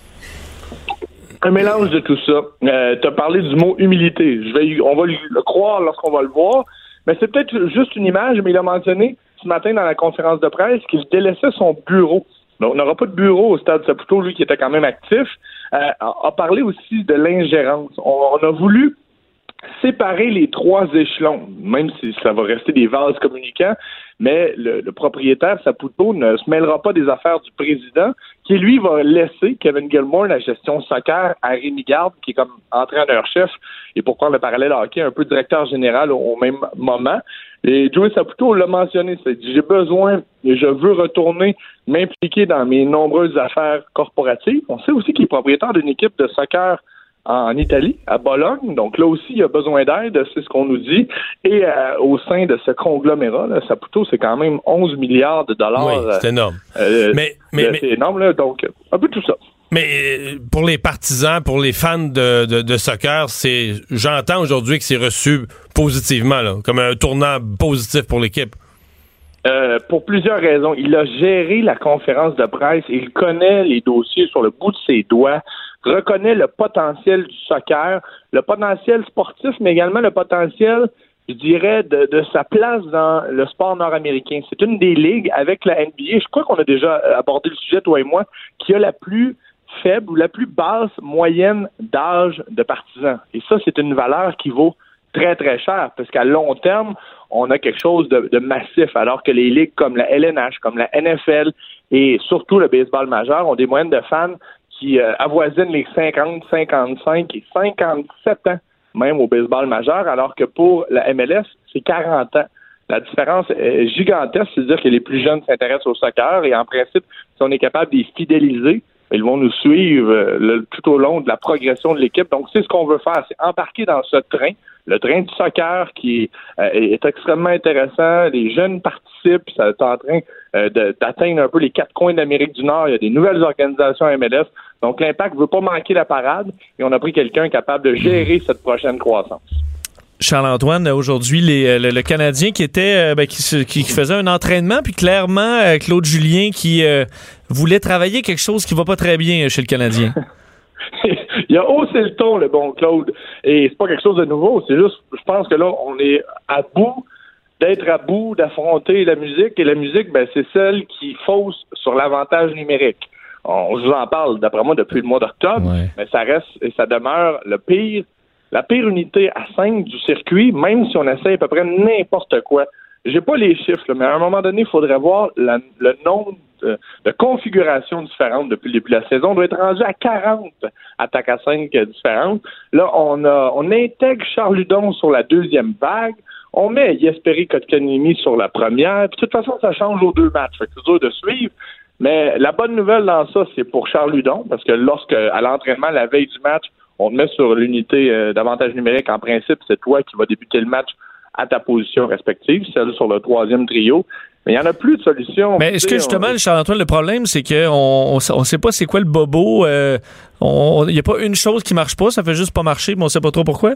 Un mélange de tout ça. Tu as parlé du mot humilité. On va le croire lorsqu'on va le voir. Mais c'est peut-être juste une image, mais il a mentionné ce matin dans la conférence de presse qu'il délaissait son bureau. Donc, on n'aura pas de bureau au Stade Saputo, lui qui était quand même actif. A parlé aussi de l'ingérence. On a voulu séparer les 3 échelons, même si ça va rester des vases communicants, mais le propriétaire Saputo ne se mêlera pas des affaires du président, qui lui va laisser Kevin Gilmore la gestion soccer à Rémi Garde, qui est comme entraîneur-chef, et pour prendre le parallèle hockey, un peu directeur général au même moment. Et Joey Saputo l'a mentionné, c'est j'ai besoin et je veux retourner m'impliquer dans mes nombreuses affaires corporatives. On sait aussi qu'il est propriétaire d'une équipe de soccer en Italie, à Bologne. Donc là aussi, il y a besoin d'aide, c'est ce qu'on nous dit. Et au sein de ce conglomérat, là, Saputo, c'est quand même 11 milliards de dollars. Oui, c'est énorme. C'est énorme, là. Donc, un peu tout ça. Mais pour les partisans, pour les fans de soccer, j'entends aujourd'hui que c'est reçu positivement, là, comme un tournant positif pour l'équipe. Pour plusieurs raisons. Il a géré la conférence de presse, il connaît les dossiers sur le bout de ses doigts, reconnaît le potentiel du soccer, le potentiel sportif, mais également le potentiel, je dirais, de sa place dans le sport nord-américain. C'est une des ligues avec la NBA, je crois qu'on a déjà abordé le sujet, toi et moi, qui a la plus faible ou la plus basse moyenne d'âge de partisans. Et ça, c'est une valeur qui vaut très, très cher, parce qu'à long terme, on a quelque chose de massif, alors que les ligues comme la LNH, comme la NFL et surtout le baseball majeur ont des moyennes de fans qui avoisinent les 50, 55 et 57 ans, même au baseball majeur, alors que pour la MLS, c'est 40 ans. La différence est gigantesque, c'est-à-dire que les plus jeunes s'intéressent au soccer et en principe, si on est capable de les fidéliser, ils vont nous suivre tout au long de la progression de l'équipe. Donc, c'est ce qu'on veut faire, c'est embarquer dans ce train, le train du soccer qui est extrêmement intéressant. Les jeunes participent, ça est en train d'atteindre un peu les 4 coins d'Amérique du Nord. Il y a des nouvelles organisations MLS. Donc, l'Impact ne veut pas manquer la parade et on a pris quelqu'un capable de gérer cette prochaine croissance. Charles-Antoine, aujourd'hui, le Canadien qui était qui faisait un entraînement, puis clairement, Claude Julien qui voulait travailler quelque chose qui va pas très bien chez le Canadien. Il a haussé le ton, le bon Claude, et c'est pas quelque chose de nouveau, c'est juste, je pense que là, on est d'être à bout d'affronter la musique, et la musique, c'est celle qui fausse sur l'avantage numérique. Je vous en parle, d'après moi, depuis le mois d'octobre, mais ça reste et ça demeure le pire, la pire unité à 5 du circuit, même si on essaie à peu près n'importe quoi. J'ai pas les chiffres, là, mais à un moment donné, il faudrait voir le nombre de configurations différentes depuis le début de la saison. On doit être rendu à 40 attaques à 5 différentes. Là, on intègre Charles Hudon sur la deuxième vague. On met Jesperi Kotkaniemi sur la première. Puis, de toute façon, ça change aux 2 matchs. Fait que c'est dur de suivre. Mais la bonne nouvelle dans ça, c'est pour Charles Hudon, parce que à l'entraînement, la veille du match, on te met sur l'unité d'avantage numérique. En principe, c'est toi qui vas débuter le match à ta position respective, celle sur le 3e trio. Mais il n'y en a plus de solution. Mais est-ce que justement, Charles-Antoine, le problème, c'est qu'on ne sait pas c'est quoi le bobo. Il n'y a pas une chose qui marche pas, ça fait juste pas marcher, mais on ne sait pas trop pourquoi.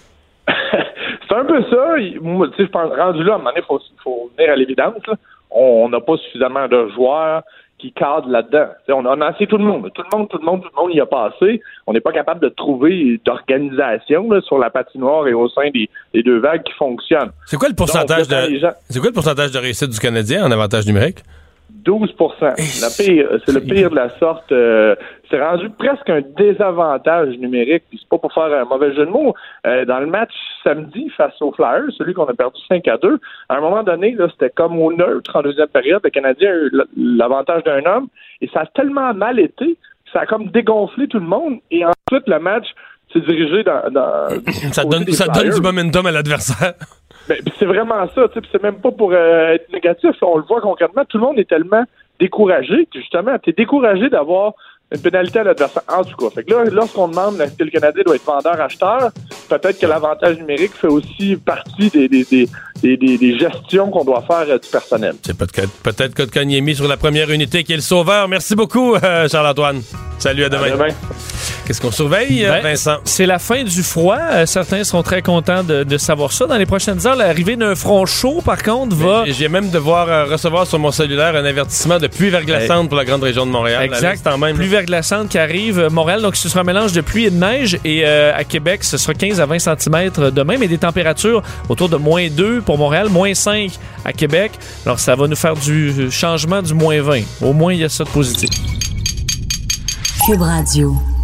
C'est un peu ça. Moi, je pense, rendu là, à un moment donné, il faut venir à l'évidence. Là. On n'a pas suffisamment de joueurs qui cadrent là-dedans. T'sais, on a assez tout le monde. Tout le monde y a passé. On n'est pas capable de trouver d'organisation là, sur la patinoire et au sein des 2 vagues qui fonctionnent. C'est quoi le pourcentage de réussite du Canadien en avantage numérique? 12%. C'est le pire de la sorte. C'est rendu presque un désavantage numérique. Puis c'est pas pour faire un mauvais jeu de mots. Dans le match samedi face aux Flyers, celui qu'on a perdu 5-2, à un moment donné, là, c'était comme au neutre en deuxième période. Le Canadien a eu l'avantage d'un homme. Et ça a tellement mal été que ça a comme dégonflé tout le monde. Et ensuite, le match s'est dirigé dans ça donne du momentum à l'adversaire. Ben, c'est vraiment ça, tu sais, c'est même pas pour être négatif, on le voit concrètement, tout le monde est tellement découragé que justement, t'es découragé d'avoir une pénalité à l'adversaire, en tout cas. Fait que là, lorsqu'on demande est-ce que le Canadien doit être vendeur-acheteur, peut-être que l'avantage numérique fait aussi partie des gestions qu'on doit faire du personnel. C'est peut-être Kotkaniemi sur la première unité qui est le sauveur. Merci beaucoup, Charles-Antoine. Salut, à demain. Qu'est-ce qu'on surveille, Vincent? C'est la fin du froid. Certains seront très contents de savoir ça. Dans les prochaines heures, l'arrivée d'un front chaud, par contre, va... J'ai même devoir recevoir sur mon cellulaire un avertissement de pluie verglaçante pour la grande région de Montréal. Exact. Pluie verglaçante qui arrive. Montréal, donc ce sera un mélange de pluie et de neige. Et à Québec, ce sera 15 à 20 cm demain, mais des températures autour de -2 pour Montréal, -5 à Québec. Alors, ça va nous faire du changement du -20. Au moins, il y a ça de positif. Cube Radio.